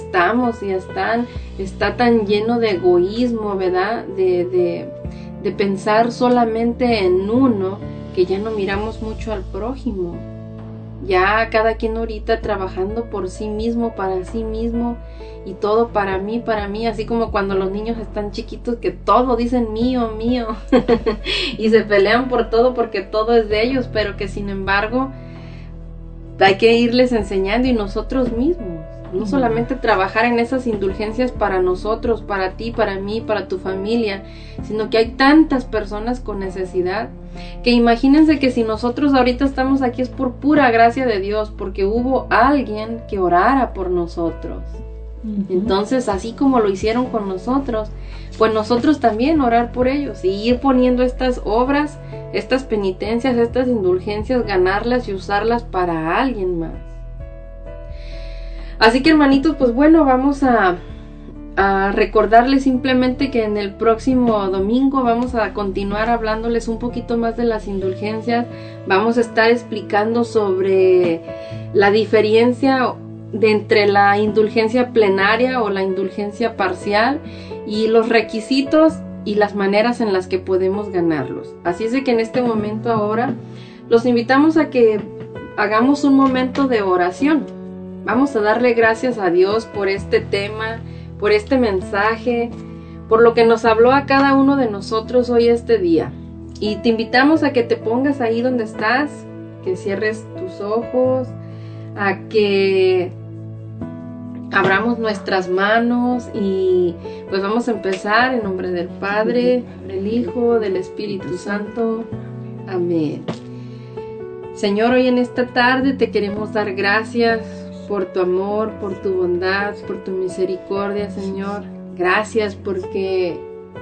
tan lleno de egoísmo, ¿verdad? De pensar solamente en uno, que ya no miramos mucho al prójimo. Ya cada quien ahorita trabajando por sí mismo, para sí mismo, y todo para mí, así como cuando los niños están chiquitos que todo dicen mío, mío, y se pelean por todo porque todo es de ellos, pero que sin embargo hay que irles enseñando, y nosotros mismos, no solamente trabajar en esas indulgencias para nosotros, para ti, para mí, para tu familia, sino que hay tantas personas con necesidad, que imagínense que si nosotros ahorita estamos aquí es por pura gracia de Dios, porque hubo alguien que orara por nosotros. Entonces, así como lo hicieron con nosotros, pues nosotros también orar por ellos y ir poniendo estas obras, estas penitencias, estas indulgencias, ganarlas y usarlas para alguien más. Así que, hermanitos, pues bueno, vamos a a recordarles simplemente que en el próximo domingo vamos a continuar hablándoles un poquito más de las indulgencias. Vamos a estar explicando sobre la diferencia entre la indulgencia plenaria o la indulgencia parcial y los requisitos y las maneras en las que podemos ganarlos. Así es de que en este momento ahora los invitamos a que hagamos un momento de oración. Vamos a darle gracias a Dios por este tema, por este mensaje, por lo que nos habló a cada uno de nosotros hoy este día. Y te invitamos a que te pongas ahí donde estás, que cierres tus ojos, a que abramos nuestras manos y pues vamos a empezar en nombre del Padre, del Hijo, del Espíritu Santo. Amén. Señor, hoy en esta tarde te queremos dar gracias por tu amor, por tu bondad, por tu misericordia, Señor. Gracias porque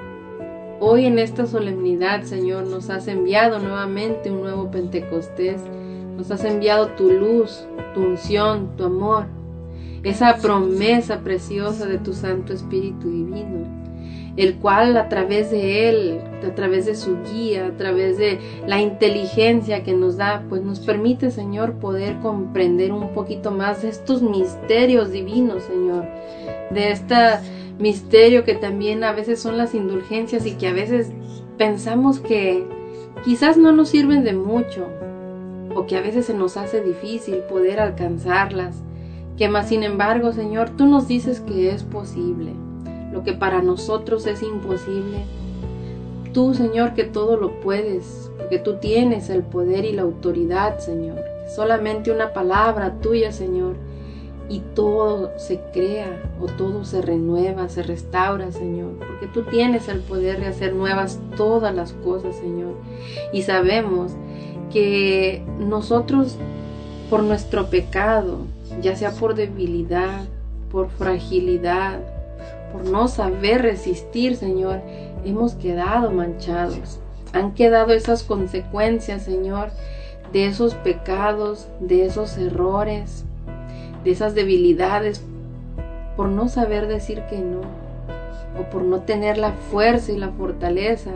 hoy en esta solemnidad, Señor, nos has enviado nuevamente un nuevo Pentecostés. Nos has enviado tu luz, tu unción, tu amor. Esa promesa preciosa de tu Santo Espíritu Divino, el cual a través de Él, a través de su guía, a través de la inteligencia que nos da, pues nos permite, Señor, poder comprender un poquito más de estos misterios divinos, Señor, de este misterio que también a veces son las indulgencias y que a veces pensamos que quizás no nos sirven de mucho o que a veces se nos hace difícil poder alcanzarlas. Que más sin embargo, Señor, tú nos dices que es posible. Lo que para nosotros es imposible, tú, Señor, que todo lo puedes, porque tú tienes el poder y la autoridad, Señor. Solamente una palabra tuya, Señor, y todo se crea o todo se renueva, se restaura, Señor, porque tú tienes el poder de hacer nuevas todas las cosas, Señor. Y sabemos que nosotros, por nuestro pecado, ya sea por debilidad, por fragilidad, por no saber resistir, Señor, hemos quedado manchados. Han quedado esas consecuencias, Señor, de esos pecados, de esos errores, de esas debilidades, por no saber decir que no, o por no tener la fuerza y la fortaleza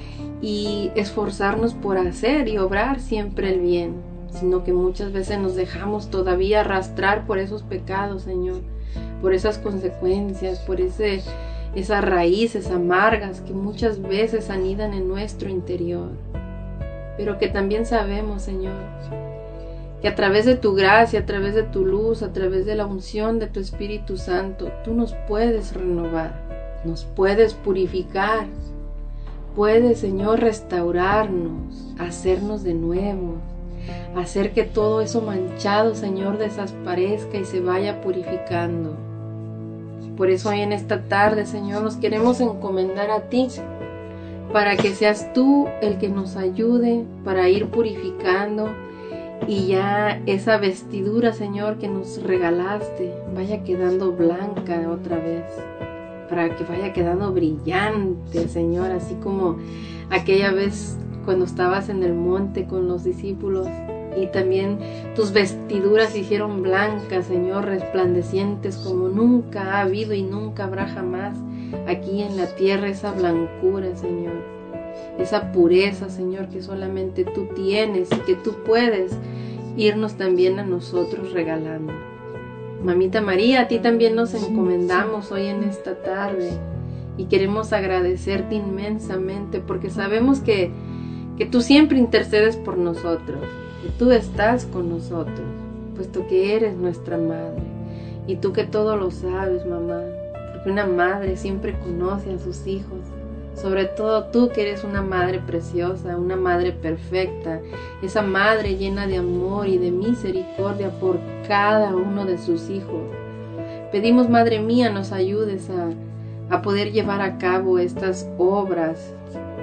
y esforzarnos por hacer y obrar siempre el bien, sino que muchas veces nos dejamos todavía arrastrar por esos pecados, Señor, por esas consecuencias, por esas raíces amargas que muchas veces anidan en nuestro interior. Pero que también sabemos, Señor, que a través de tu gracia, a través de tu luz, a través de la unción de tu Espíritu Santo, tú nos puedes renovar, nos puedes purificar, puedes, Señor, restaurarnos, hacernos de nuevo, hacer que todo eso manchado, Señor, desaparezca y se vaya purificando. Por eso hoy en esta tarde, Señor, nos queremos encomendar a ti, para que seas tú el que nos ayude para ir purificando y ya esa vestidura, Señor, que nos regalaste vaya quedando blanca otra vez, para que vaya quedando brillante, Señor, así como aquella vez cuando estabas en el monte con los discípulos y también tus vestiduras se hicieron blancas, Señor, resplandecientes como nunca ha habido y nunca habrá jamás aquí en la tierra, esa blancura, Señor, esa pureza, Señor, que solamente tú tienes y que tú puedes irnos también a nosotros regalando. Mamita María, a ti también nos encomendamos hoy en esta tarde y queremos agradecerte inmensamente porque sabemos que tú siempre intercedes por nosotros, que tú estás con nosotros, puesto que eres nuestra madre y tú que todo lo sabes, mamá, porque una madre siempre conoce a sus hijos, sobre todo tú que eres una madre preciosa, una madre perfecta, esa madre llena de amor y de misericordia por cada uno de sus hijos. Pedimos, Madre mía, nos ayudes a poder llevar a cabo estas obras,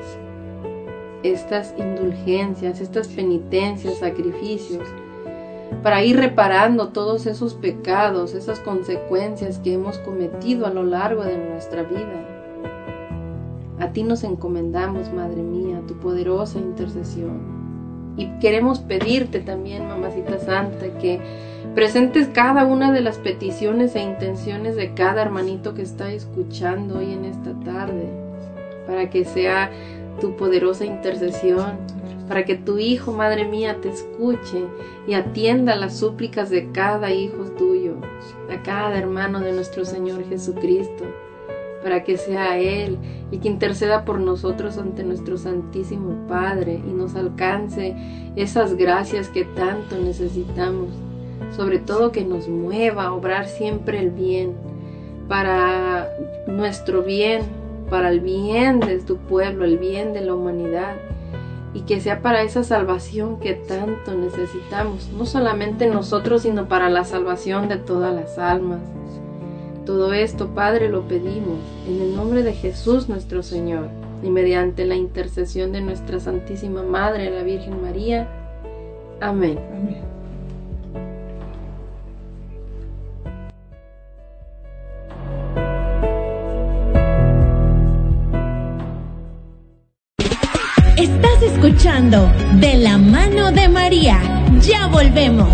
estas indulgencias, estas penitencias, sacrificios, para ir reparando todos esos pecados, esas consecuencias que hemos cometido a lo largo de nuestra vida. A ti nos encomendamos, Madre mía, tu poderosa intercesión. Y queremos pedirte también, Mamacita Santa, que presentes cada una de las peticiones e intenciones de cada hermanito que está escuchando hoy en esta tarde, para que sea tu poderosa intercesión, para que tu hijo, Madre mía, te escuche y atienda las súplicas de cada hijo tuyo, a cada hermano de nuestro Señor Jesucristo, para que sea Él el que interceda por nosotros ante nuestro Santísimo Padre y nos alcance esas gracias que tanto necesitamos, sobre todo que nos mueva a obrar siempre el bien, para nuestro bien, para el bien de tu pueblo, el bien de la humanidad, y que sea para esa salvación que tanto necesitamos, no solamente nosotros, sino para la salvación de todas las almas. Todo esto, Padre, lo pedimos en el nombre de Jesús nuestro Señor y mediante la intercesión de nuestra Santísima Madre, la Virgen María. Amén. Amén. Estás escuchando De la mano de María. Ya volvemos.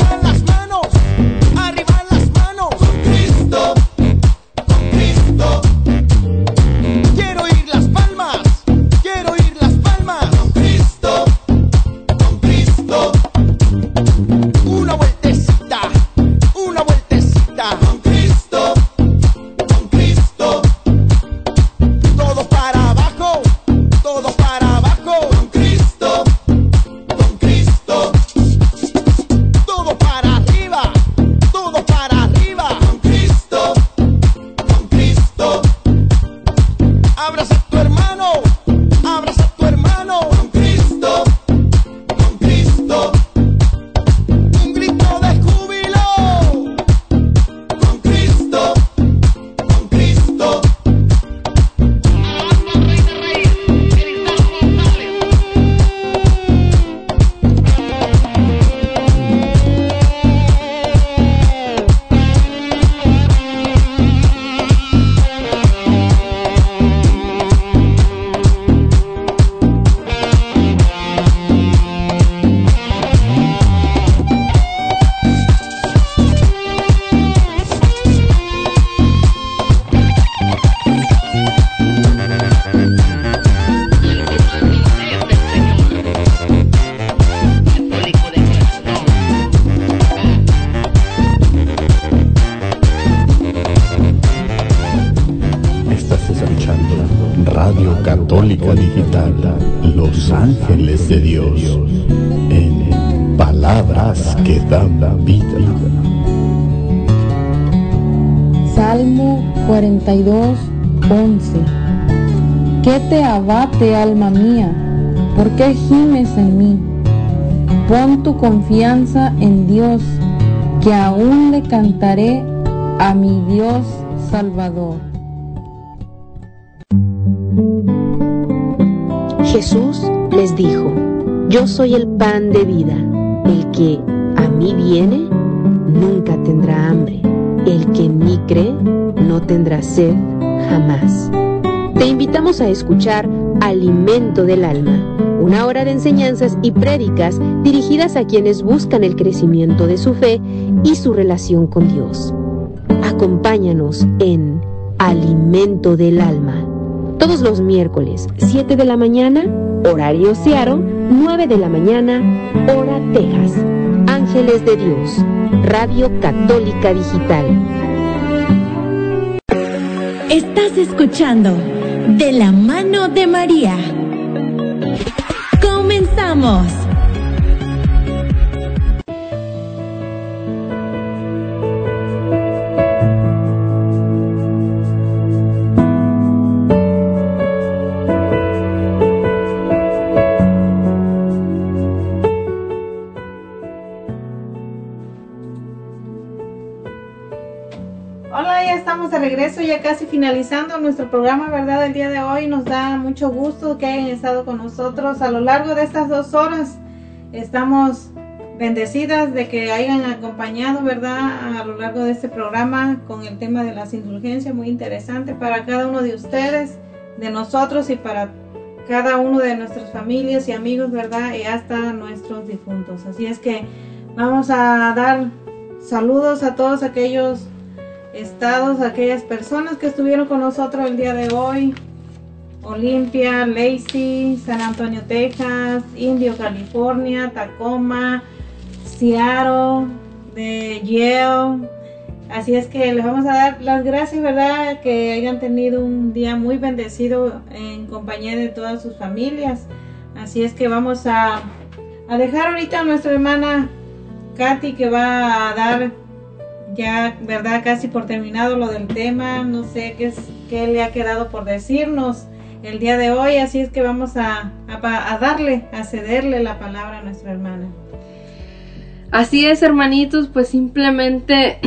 Cristo, Católica Digital, Los Ángeles de Dios, en palabras que dan vida. Salmo 42, 11. ¿Qué te abate, alma mía? ¿Por qué gimes en mí? Pon tu confianza en Dios, que aún le cantaré a mi Dios Salvador. Jesús les dijo: Yo soy el pan de vida. El que a mí viene nunca tendrá hambre. El que en mí cree no tendrá sed jamás. Te invitamos a escuchar Alimento del Alma, una hora de enseñanzas y prédicas dirigidas a quienes buscan el crecimiento de su fe y su relación con Dios. Acompáñanos en Alimento del Alma, todos los miércoles, 7 de la mañana, horario Seattle, 9 de la mañana, hora Texas. Ángeles de Dios, Radio Católica Digital. Estás escuchando De la mano de María. ¡Comenzamos! Hola, ya estamos de regreso, ya casi finalizando nuestro programa, ¿verdad? El día de hoy nos da mucho gusto que hayan estado con nosotros a lo largo de estas 2 horas. Estamos bendecidas de que hayan acompañado, ¿verdad? A lo largo de este programa con el tema de las indulgencias, muy interesante para cada uno de ustedes, de nosotros y para cada uno de nuestras familias y amigos, ¿verdad? Y hasta nuestros difuntos. Así es que vamos a dar saludos a todos aquellos estados, aquellas personas que estuvieron con nosotros el día de hoy: Olimpia, Lacey, San Antonio, Texas, Indio, California, Tacoma, Seattle, de Yale. Así es que les vamos a dar las gracias, ¿verdad? Que hayan tenido un día muy bendecido en compañía de todas sus familias. Así es que vamos a dejar ahorita a nuestra hermana Katy, que va a dar ya, ¿verdad? Casi por terminado lo del tema. No sé qué le ha quedado por decirnos el día de hoy. Así es que vamos a cederle la palabra a nuestra hermana. Así es, hermanitos, pues simplemente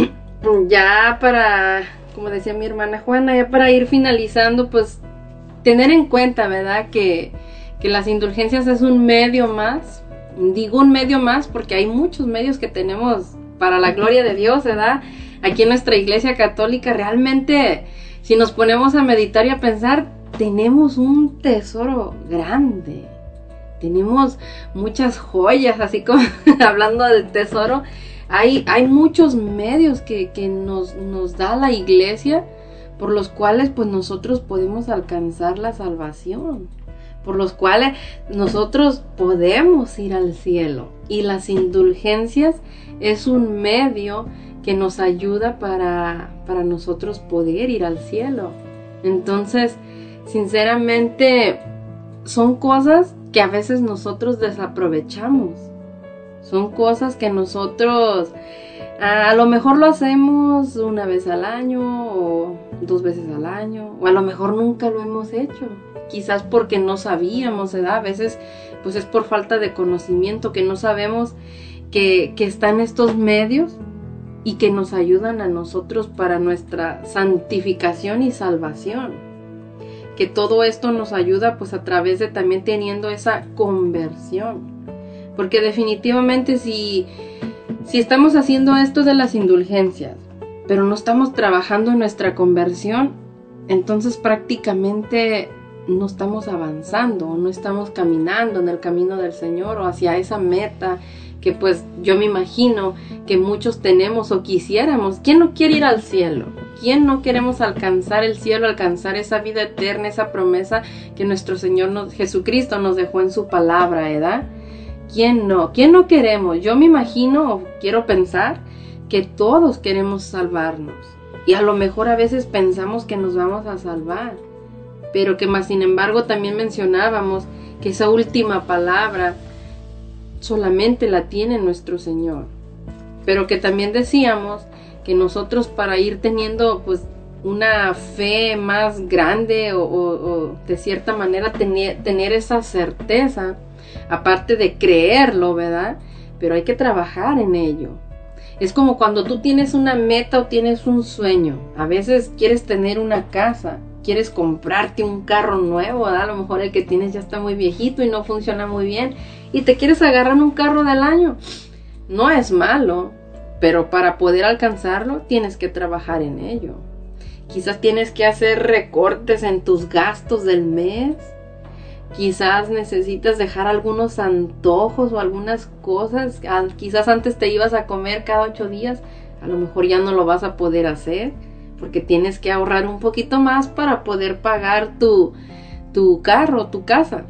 ya para, como decía mi hermana Juana, ya para ir finalizando, pues tener en cuenta, ¿verdad? Que las indulgencias es un medio más. Digo un medio más porque hay muchos medios que tenemos para la gloria de Dios, ¿verdad? Aquí en nuestra Iglesia Católica realmente, si nos ponemos a meditar y a pensar, tenemos un tesoro grande. Tenemos muchas joyas, así como hablando del tesoro, hay muchos medios que nos da la Iglesia, por los cuales pues nosotros podemos alcanzar la salvación, por los cuales nosotros podemos ir al cielo. Y las indulgencias es un medio que nos ayuda para nosotros poder ir al cielo. Entonces, sinceramente, son cosas que a veces nosotros desaprovechamos. Son cosas que nosotros a lo mejor lo hacemos una vez al año o 2 veces al año, o a lo mejor nunca lo hemos hecho. Quizás porque no sabíamos, ¿verdad? A veces pues es por falta de conocimiento, que no sabemos que están estos medios y que nos ayudan a nosotros para nuestra santificación y salvación. Que todo esto nos ayuda pues a través de también teniendo esa conversión. Porque definitivamente si estamos haciendo esto de las indulgencias, pero no estamos trabajando en nuestra conversión, entonces prácticamente no estamos avanzando, no estamos caminando en el camino del Señor o hacia esa meta que pues yo me imagino que muchos tenemos o quisiéramos. ¿Quién no quiere ir al cielo? ¿Quién no queremos alcanzar el cielo, alcanzar esa vida eterna, esa promesa que nuestro Señor Jesucristo nos dejó en su palabra, ¿verdad? ¿Quién no? ¿Quién no queremos? Yo me imagino o quiero pensar que todos queremos salvarnos. Y a lo mejor a veces pensamos que nos vamos a salvar. pero que más sin embargo también mencionábamos que esa última palabra solamente la tiene nuestro Señor, pero que también decíamos que nosotros, para ir teniendo pues una fe más grande o de cierta manera tener esa certeza, aparte de creerlo, ¿verdad? Pero hay que trabajar en ello. Es como cuando tú tienes una meta o tienes un sueño. A veces quieres tener una casa, quieres comprarte un carro nuevo, ¿verdad? A lo mejor el que tienes ya está muy viejito y no funciona muy bien y te quieres agarrar un carro del año. No es malo, pero para poder alcanzarlo tienes que trabajar en ello. Quizás tienes que hacer recortes en tus gastos del mes. Quizás necesitas dejar algunos antojos o algunas cosas. Quizás antes te ibas a comer cada 8 días. A lo mejor ya no lo vas a poder hacer porque tienes que ahorrar un poquito más para poder pagar tu carro, tu casa.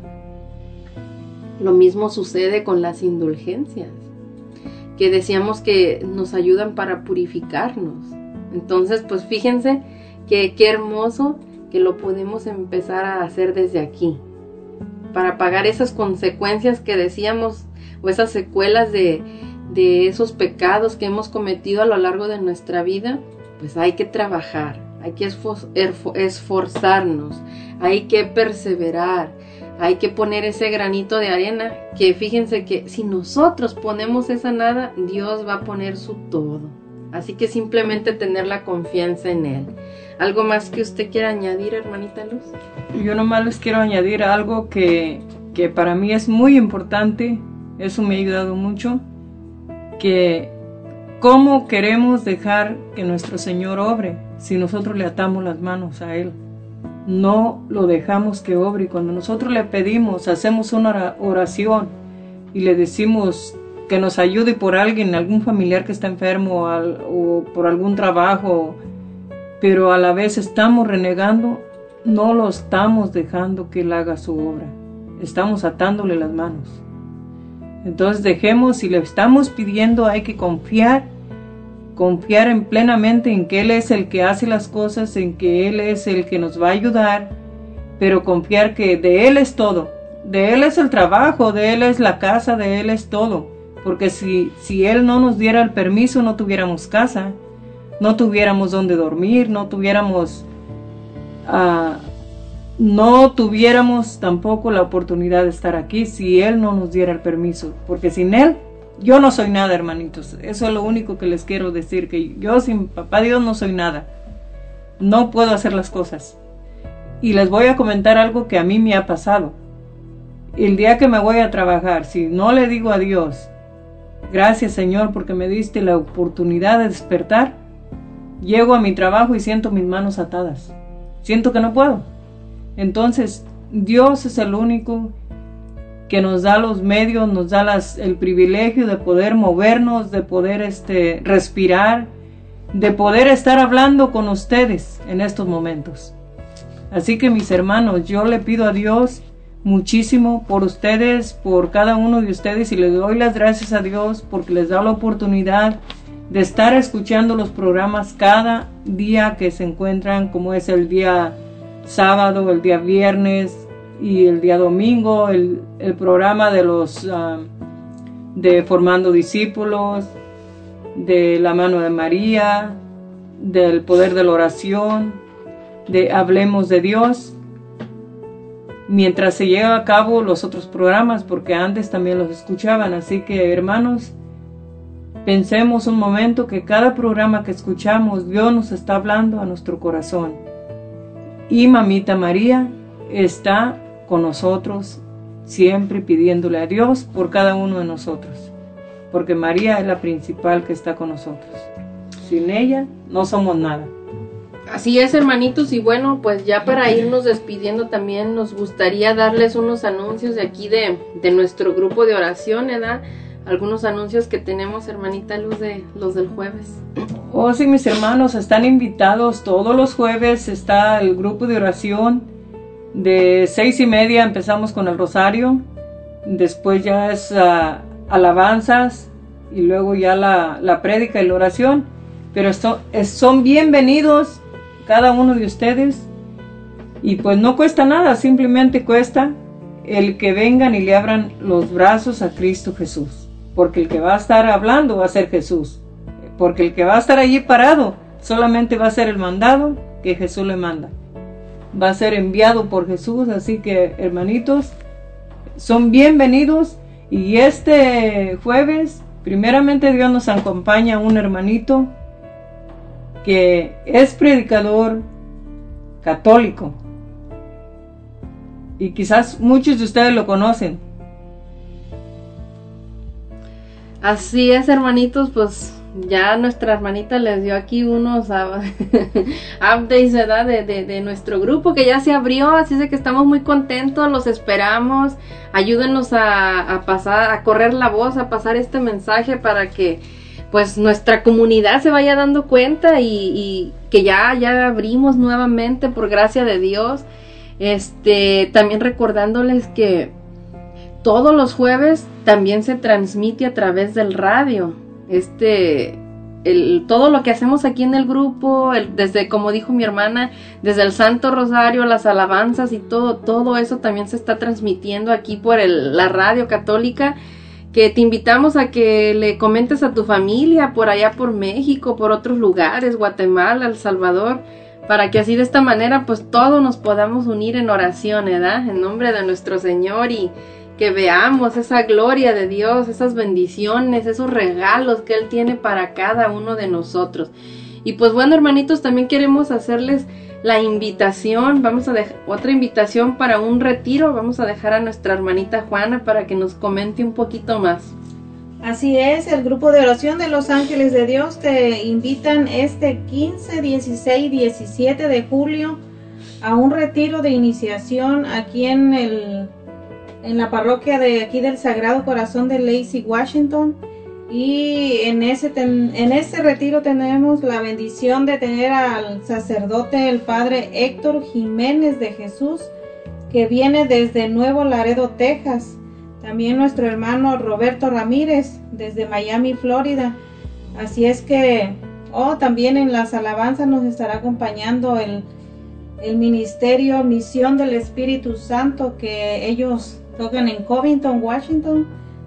Lo mismo sucede con las indulgencias, que decíamos que nos ayudan para purificarnos. Entonces, pues fíjense que qué hermoso que lo podemos empezar a hacer desde aquí, para pagar esas consecuencias que decíamos, o esas secuelas de esos pecados que hemos cometido a lo largo de nuestra vida. Pues hay que trabajar, hay que esforzarnos, hay que perseverar, hay que poner ese granito de arena, que fíjense que si nosotros ponemos esa nada, Dios va a poner su todo. Así que simplemente tener la confianza en Él. ¿Algo más que usted quiera añadir, hermanita Luz? Yo nomás les quiero añadir algo que para mí es muy importante, eso me ha ayudado mucho, que cómo queremos dejar que nuestro Señor obre si nosotros le atamos las manos a Él. No lo dejamos que obre. Y cuando nosotros le pedimos, hacemos una oración y le decimos que nos ayude por alguien, algún familiar que está enfermo o por algún trabajo, pero a la vez estamos renegando, no lo estamos dejando que Él haga su obra, estamos atándole las manos. Entonces dejemos, si le estamos pidiendo, hay que confiar en plenamente en que Él es el que hace las cosas, en que Él es el que nos va a ayudar, pero confiar que de Él es todo, de Él es el trabajo, de Él es la casa, de Él es todo, porque si Él no nos diera el permiso, no tuviéramos casa, no tuviéramos donde dormir, no tuviéramos tampoco la oportunidad de estar aquí si Él no nos diera el permiso, porque sin Él yo no soy nada, hermanitos. Eso es lo único que les quiero decir, que yo sin Papá Dios no soy nada, no puedo hacer las cosas. Y les voy a comentar algo que a mí me ha pasado. El día que me voy a trabajar, si no le digo a Dios, gracias Señor porque me diste la oportunidad de despertar, llego a mi trabajo y siento mis manos atadas, siento que no puedo. Entonces Dios es el único que nos da los medios, nos da el privilegio de poder movernos, de poder respirar, de poder estar hablando con ustedes en estos momentos. Así que mis hermanos, yo le pido a Dios muchísimo por ustedes, por cada uno de ustedes, y les doy las gracias a Dios porque les da la oportunidad de estar escuchando los programas cada día que se encuentran, como es el día sábado, el día viernes y el día domingo, el programa de de Formando Discípulos, de la mano de María, del poder de la oración, de Hablemos de Dios, mientras se lleva a cabo los otros programas, porque antes también los escuchaban. Así que, hermanos, pensemos un momento que cada programa que escuchamos, Dios nos está hablando a nuestro corazón, y Mamita María está con nosotros siempre pidiéndole a Dios por cada uno de nosotros, porque María es la principal que está con nosotros. Sin ella no somos nada. Así es, hermanitos, y bueno, pues ya para irnos despidiendo también nos gustaría darles unos anuncios de aquí de nuestro grupo de oración, ¿verdad? Algunos anuncios que tenemos, hermanita Luz, de los del jueves. Oh, sí, mis hermanos, están invitados todos los jueves. Está el grupo de oración de 6:30, empezamos con el rosario, después ya es alabanzas y luego ya la prédica y la oración, pero son bienvenidos cada uno de ustedes. Y pues no cuesta nada, simplemente cuesta el que vengan y le abran los brazos a Cristo Jesús. Porque el que va a estar hablando va a ser Jesús. Porque el que va a estar allí parado solamente va a ser el mandado que Jesús le manda. Va a ser enviado por Jesús, así que hermanitos, son bienvenidos. Y este jueves, primeramente Dios nos acompaña un hermanito que es predicador católico. Y quizás muchos de ustedes lo conocen. Así es, hermanitos, pues ya nuestra hermanita les dio aquí unos updates, ¿verdad? De nuestro grupo que ya se abrió, así es de que estamos muy contentos, los esperamos. Ayúdenos a pasar, a correr la voz, a pasar este mensaje para que pues nuestra comunidad se vaya dando cuenta y que ya abrimos nuevamente por gracia de Dios. También recordándoles que todos los jueves también se transmite a través del radio. Todo lo que hacemos aquí en el grupo, desde, como dijo mi hermana, desde el Santo Rosario, las alabanzas y todo eso también se está transmitiendo aquí por la radio católica, que te invitamos a que le comentes a tu familia por allá por México, por otros lugares, Guatemala, El Salvador, para que así de esta manera pues todos nos podamos unir en oración, ¿verdad? En nombre de nuestro Señor, y que veamos esa gloria de Dios, esas bendiciones, esos regalos que Él tiene para cada uno de nosotros. Y pues bueno, hermanitos, también queremos hacerles la invitación, vamos a dejar otra invitación para un retiro. Vamos a dejar a nuestra hermanita Juana para que nos comente un poquito más. Así es, el grupo de oración de Los Ángeles de Dios te invitan este 15, 16 y 17 de julio a un retiro de iniciación aquí en la parroquia de aquí del Sagrado Corazón de Lacey, Washington. Y en ese retiro tenemos la bendición de tener al sacerdote, el padre Héctor Jiménez de Jesús, que viene desde Nuevo Laredo, Texas. También nuestro hermano Roberto Ramírez desde Miami, Florida. Así es que, también en las alabanzas nos estará acompañando el ministerio Misión del Espíritu Santo, que ellos tocan en Covington, Washington.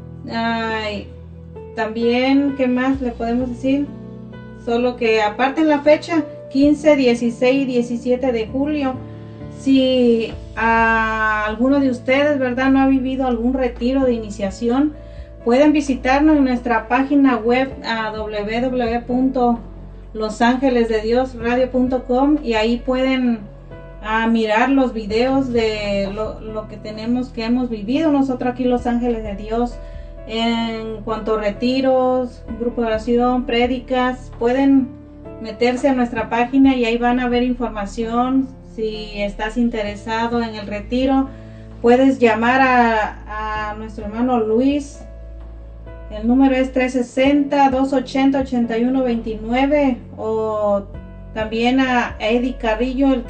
También, ¿qué más le podemos decir? Solo que aparte en la fecha, 15, 16 y 17 de julio, si alguno de ustedes, ¿verdad?, no ha vivido algún retiro de iniciación, pueden visitarnos en nuestra página web a www.losangelesdediosradio.com, y ahí pueden mirar los videos de lo que hemos vivido nosotros aquí Los Ángeles de Dios en cuanto a retiros, grupo de oración, prédicas. Pueden meterse a nuestra página y ahí van a ver información. Si estás interesado en el retiro, puedes llamar a nuestro hermano Luis. El número es 360-280-8129, o también a Eddie Carrillo, el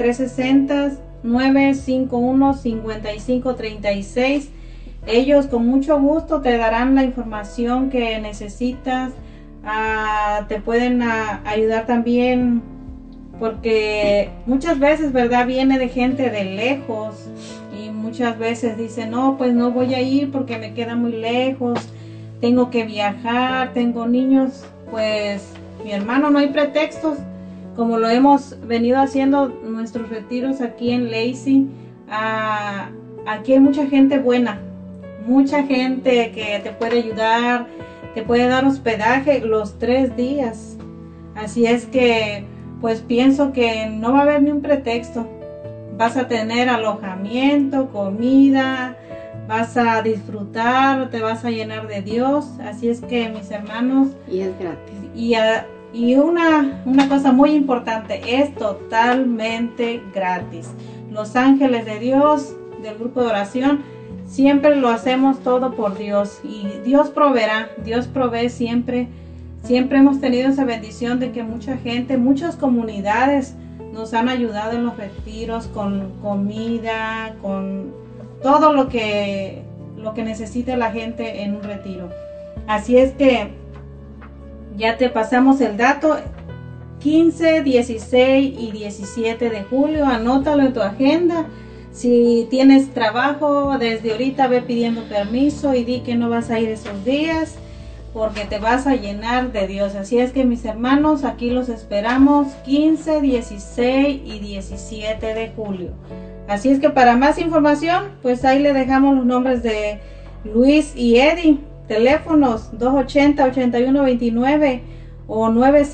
360-951-5536. Ellos con mucho gusto te darán la información que necesitas. Te pueden ayudar también, porque muchas veces, ¿verdad?, viene de gente de lejos, y muchas veces dicen, no, pues no voy a ir porque me queda muy lejos, tengo que viajar, tengo niños. Pues mi hermano, no hay pretextos, como lo hemos venido haciendo nuestros retiros aquí en Lacey. Aquí hay mucha gente buena, mucha gente que te puede ayudar, te puede dar hospedaje los 3 días. Así es que pues pienso que no va a haber ni un pretexto. Vas a tener alojamiento, comida, vas a disfrutar, te vas a llenar de Dios. Así es que, mis hermanos, y es gratis. Y una cosa muy importante, es totalmente gratis. Los Ángeles de Dios, del grupo de oración, siempre lo hacemos todo por Dios, y Dios proveerá, Dios provee siempre. Siempre hemos tenido esa bendición de que mucha gente, muchas comunidades nos han ayudado en los retiros con comida, con todo lo que necesite la gente en un retiro. Así es que ya te pasamos el dato. 15, 16 y 17 de julio. Anótalo en tu agenda. Si tienes trabajo, desde ahorita ve pidiendo permiso y di que no vas a ir esos días, porque te vas a llenar de Dios. Así es que, mis hermanos, aquí los esperamos 15, 16 y 17 de julio. Así es que para más información, pues ahí le dejamos los nombres de Luis y Eddie. Teléfonos 280-8129 o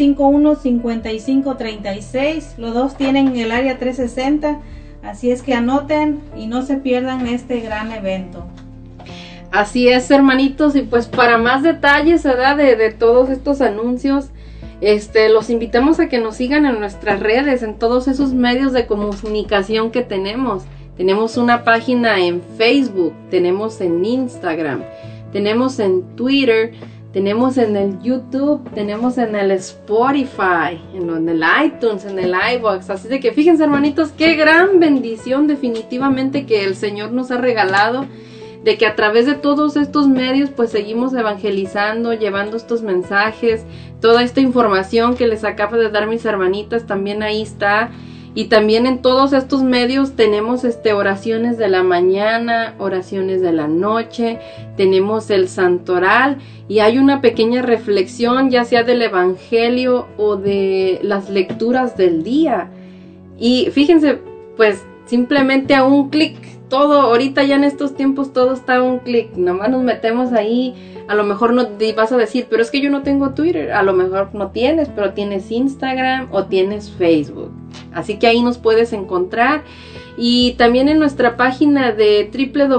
951-5536. Los dos tienen el área 360. Así es que anoten y no se pierdan este gran evento. Así es, hermanitos, y pues para más detalles, ¿verdad? De todos estos anuncios, los invitamos a que nos sigan en nuestras redes, en todos esos medios de comunicación que tenemos. Tenemos una página en Facebook, tenemos en Instagram, tenemos en Twitter, tenemos en el YouTube, tenemos en el Spotify, en el iTunes, en el iVoox. Así de que fíjense, hermanitos, qué gran bendición definitivamente que el Señor nos ha regalado, de que a través de todos estos medios pues seguimos evangelizando, llevando estos mensajes, toda esta información que les acabo de dar mis hermanitas también ahí está. Y también en todos estos medios tenemos oraciones de la mañana, oraciones de la noche, tenemos el santoral y hay una pequeña reflexión, ya sea del evangelio o de las lecturas del día. Y fíjense, pues simplemente a un clic, todo, ahorita ya en estos tiempos todo está a un clic, nomás nos metemos ahí. A lo mejor no te vas a decir, pero es que yo no tengo Twitter. A lo mejor no tienes, pero tienes Instagram o tienes Facebook. Así que ahí nos puedes encontrar. Y también en nuestra página de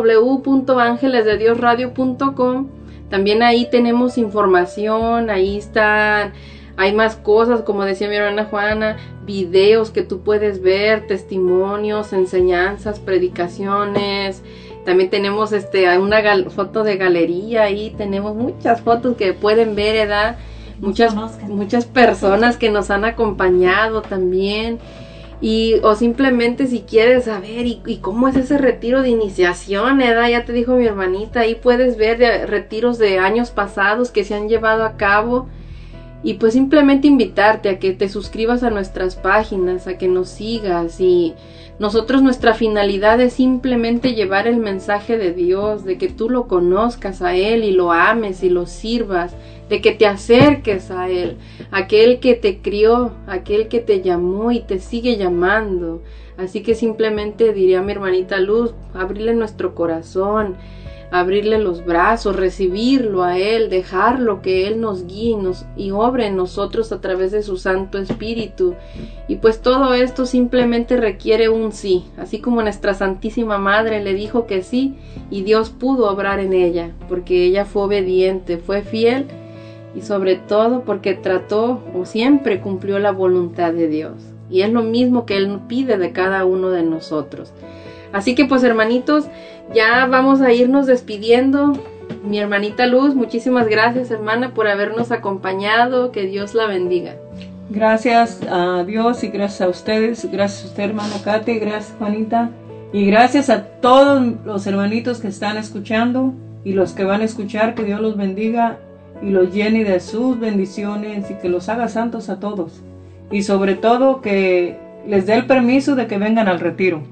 www.angelesdediosradio.com, también ahí tenemos información, ahí están, hay más cosas, como decía mi hermana Juana, videos que tú puedes ver, testimonios, enseñanzas, predicaciones. También tenemos una foto de galería, ahí tenemos muchas fotos que pueden ver, ¿verdad? Muchas personas que nos han acompañado también. O simplemente si quieres saber y cómo es ese retiro de iniciación, ¿verdad? Ya te dijo mi hermanita, ahí puedes ver retiros de años pasados que se han llevado a cabo. Y pues simplemente invitarte a que te suscribas a nuestras páginas, a que nos sigas. Y nosotros, nuestra finalidad es simplemente llevar el mensaje de Dios, de que tú lo conozcas a Él y lo ames y lo sirvas, de que te acerques a Él, aquel que te crió, aquel que te llamó y te sigue llamando. Así que simplemente diría a mi hermanita Luz, abrirle nuestro corazón, abrirle los brazos, recibirlo a Él, dejarlo que Él nos guíe y obre en nosotros a través de su Santo Espíritu. Y pues todo esto simplemente requiere un sí, así como nuestra Santísima Madre le dijo que sí y Dios pudo obrar en ella, porque ella fue obediente, fue fiel y sobre todo porque trató o siempre cumplió la voluntad de Dios. Y es lo mismo que Él pide de cada uno de nosotros. Así que pues, hermanitos, ya vamos a irnos despidiendo. Mi hermanita Luz, muchísimas gracias, hermana, por habernos acompañado. Que Dios la bendiga. Gracias a Dios y gracias a ustedes. Gracias a usted, hermana Katy. Gracias, Juanita. Y gracias a todos los hermanitos que están escuchando y los que van a escuchar. Que Dios los bendiga y los llene de sus bendiciones y que los haga santos a todos. Y sobre todo que les dé el permiso de que vengan al retiro.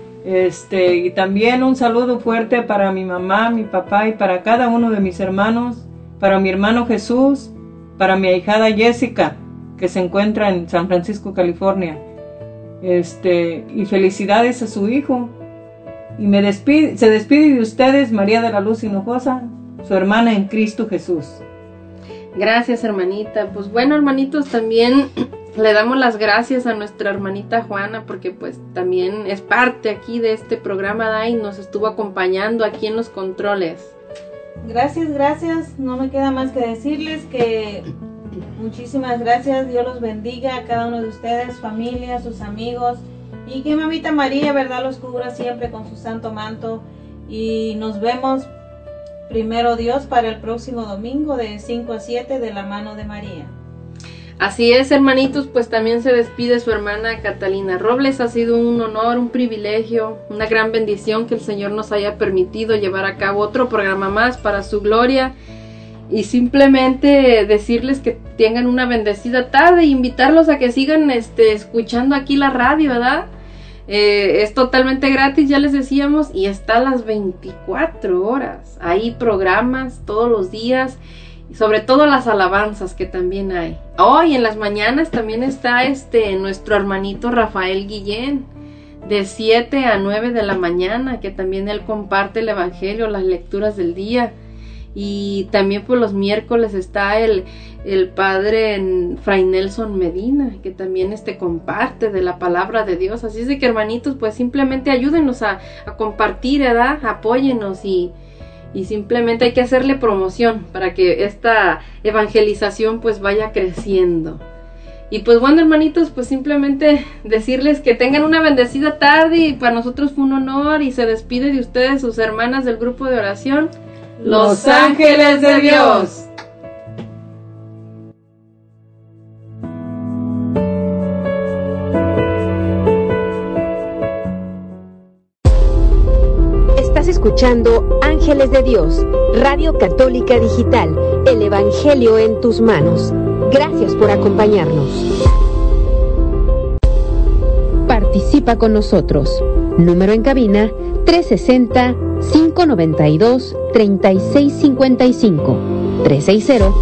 Y también un saludo fuerte para mi mamá, mi papá y para cada uno de mis hermanos, para mi hermano Jesús, para mi ahijada Jessica, que se encuentra en San Francisco, California. Y felicidades a su hijo. Y se despide de ustedes María de la Luz Hinojosa, su hermana en Cristo Jesús. Gracias, hermanita. Pues bueno, hermanitos, también le damos las gracias a nuestra hermanita Juana, porque pues también es parte aquí de este programa, y nos estuvo acompañando aquí en los controles. Gracias. No me queda más que decirles que muchísimas gracias. Dios los bendiga a cada uno de ustedes, familia, sus amigos, y que mamita María, verdad, los cubra siempre con su santo manto. Y nos vemos, primero Dios, para el próximo domingo de 5 a 7 de la mano de María. Así es, hermanitos, pues también se despide su hermana Catalina Robles. Ha sido un honor, un privilegio, una gran bendición que el Señor nos haya permitido llevar a cabo otro programa más para su gloria. y simplemente decirles que tengan una bendecida tarde e invitarlos a que sigan escuchando aquí la radio, ¿verdad? Es totalmente gratis, ya les decíamos, y está a las 24 horas. Hay programas todos los días, sobre todo las alabanzas que también hay. Hoy en las mañanas también está nuestro hermanito Rafael Guillén, de 7 a 9 de la mañana, que también él comparte el evangelio, las lecturas del día. Y también por los miércoles está el padre Fray Nelson Medina, que también comparte de la palabra de Dios. Así es de que, hermanitos, pues simplemente ayúdenos a compartir, ¿verdad? Apóyennos y simplemente hay que hacerle promoción para que esta evangelización pues vaya creciendo. Y pues bueno, hermanitos, pues simplemente decirles que tengan una bendecida tarde, y para nosotros fue un honor, y se despide de ustedes sus hermanas del grupo de oración, Los Ángeles de Dios. Estás escuchando Ángeles de Dios, Radio Católica Digital, el Evangelio en tus manos. Gracias por acompañarnos. Participa con nosotros. Número en cabina 360-592-3655. 360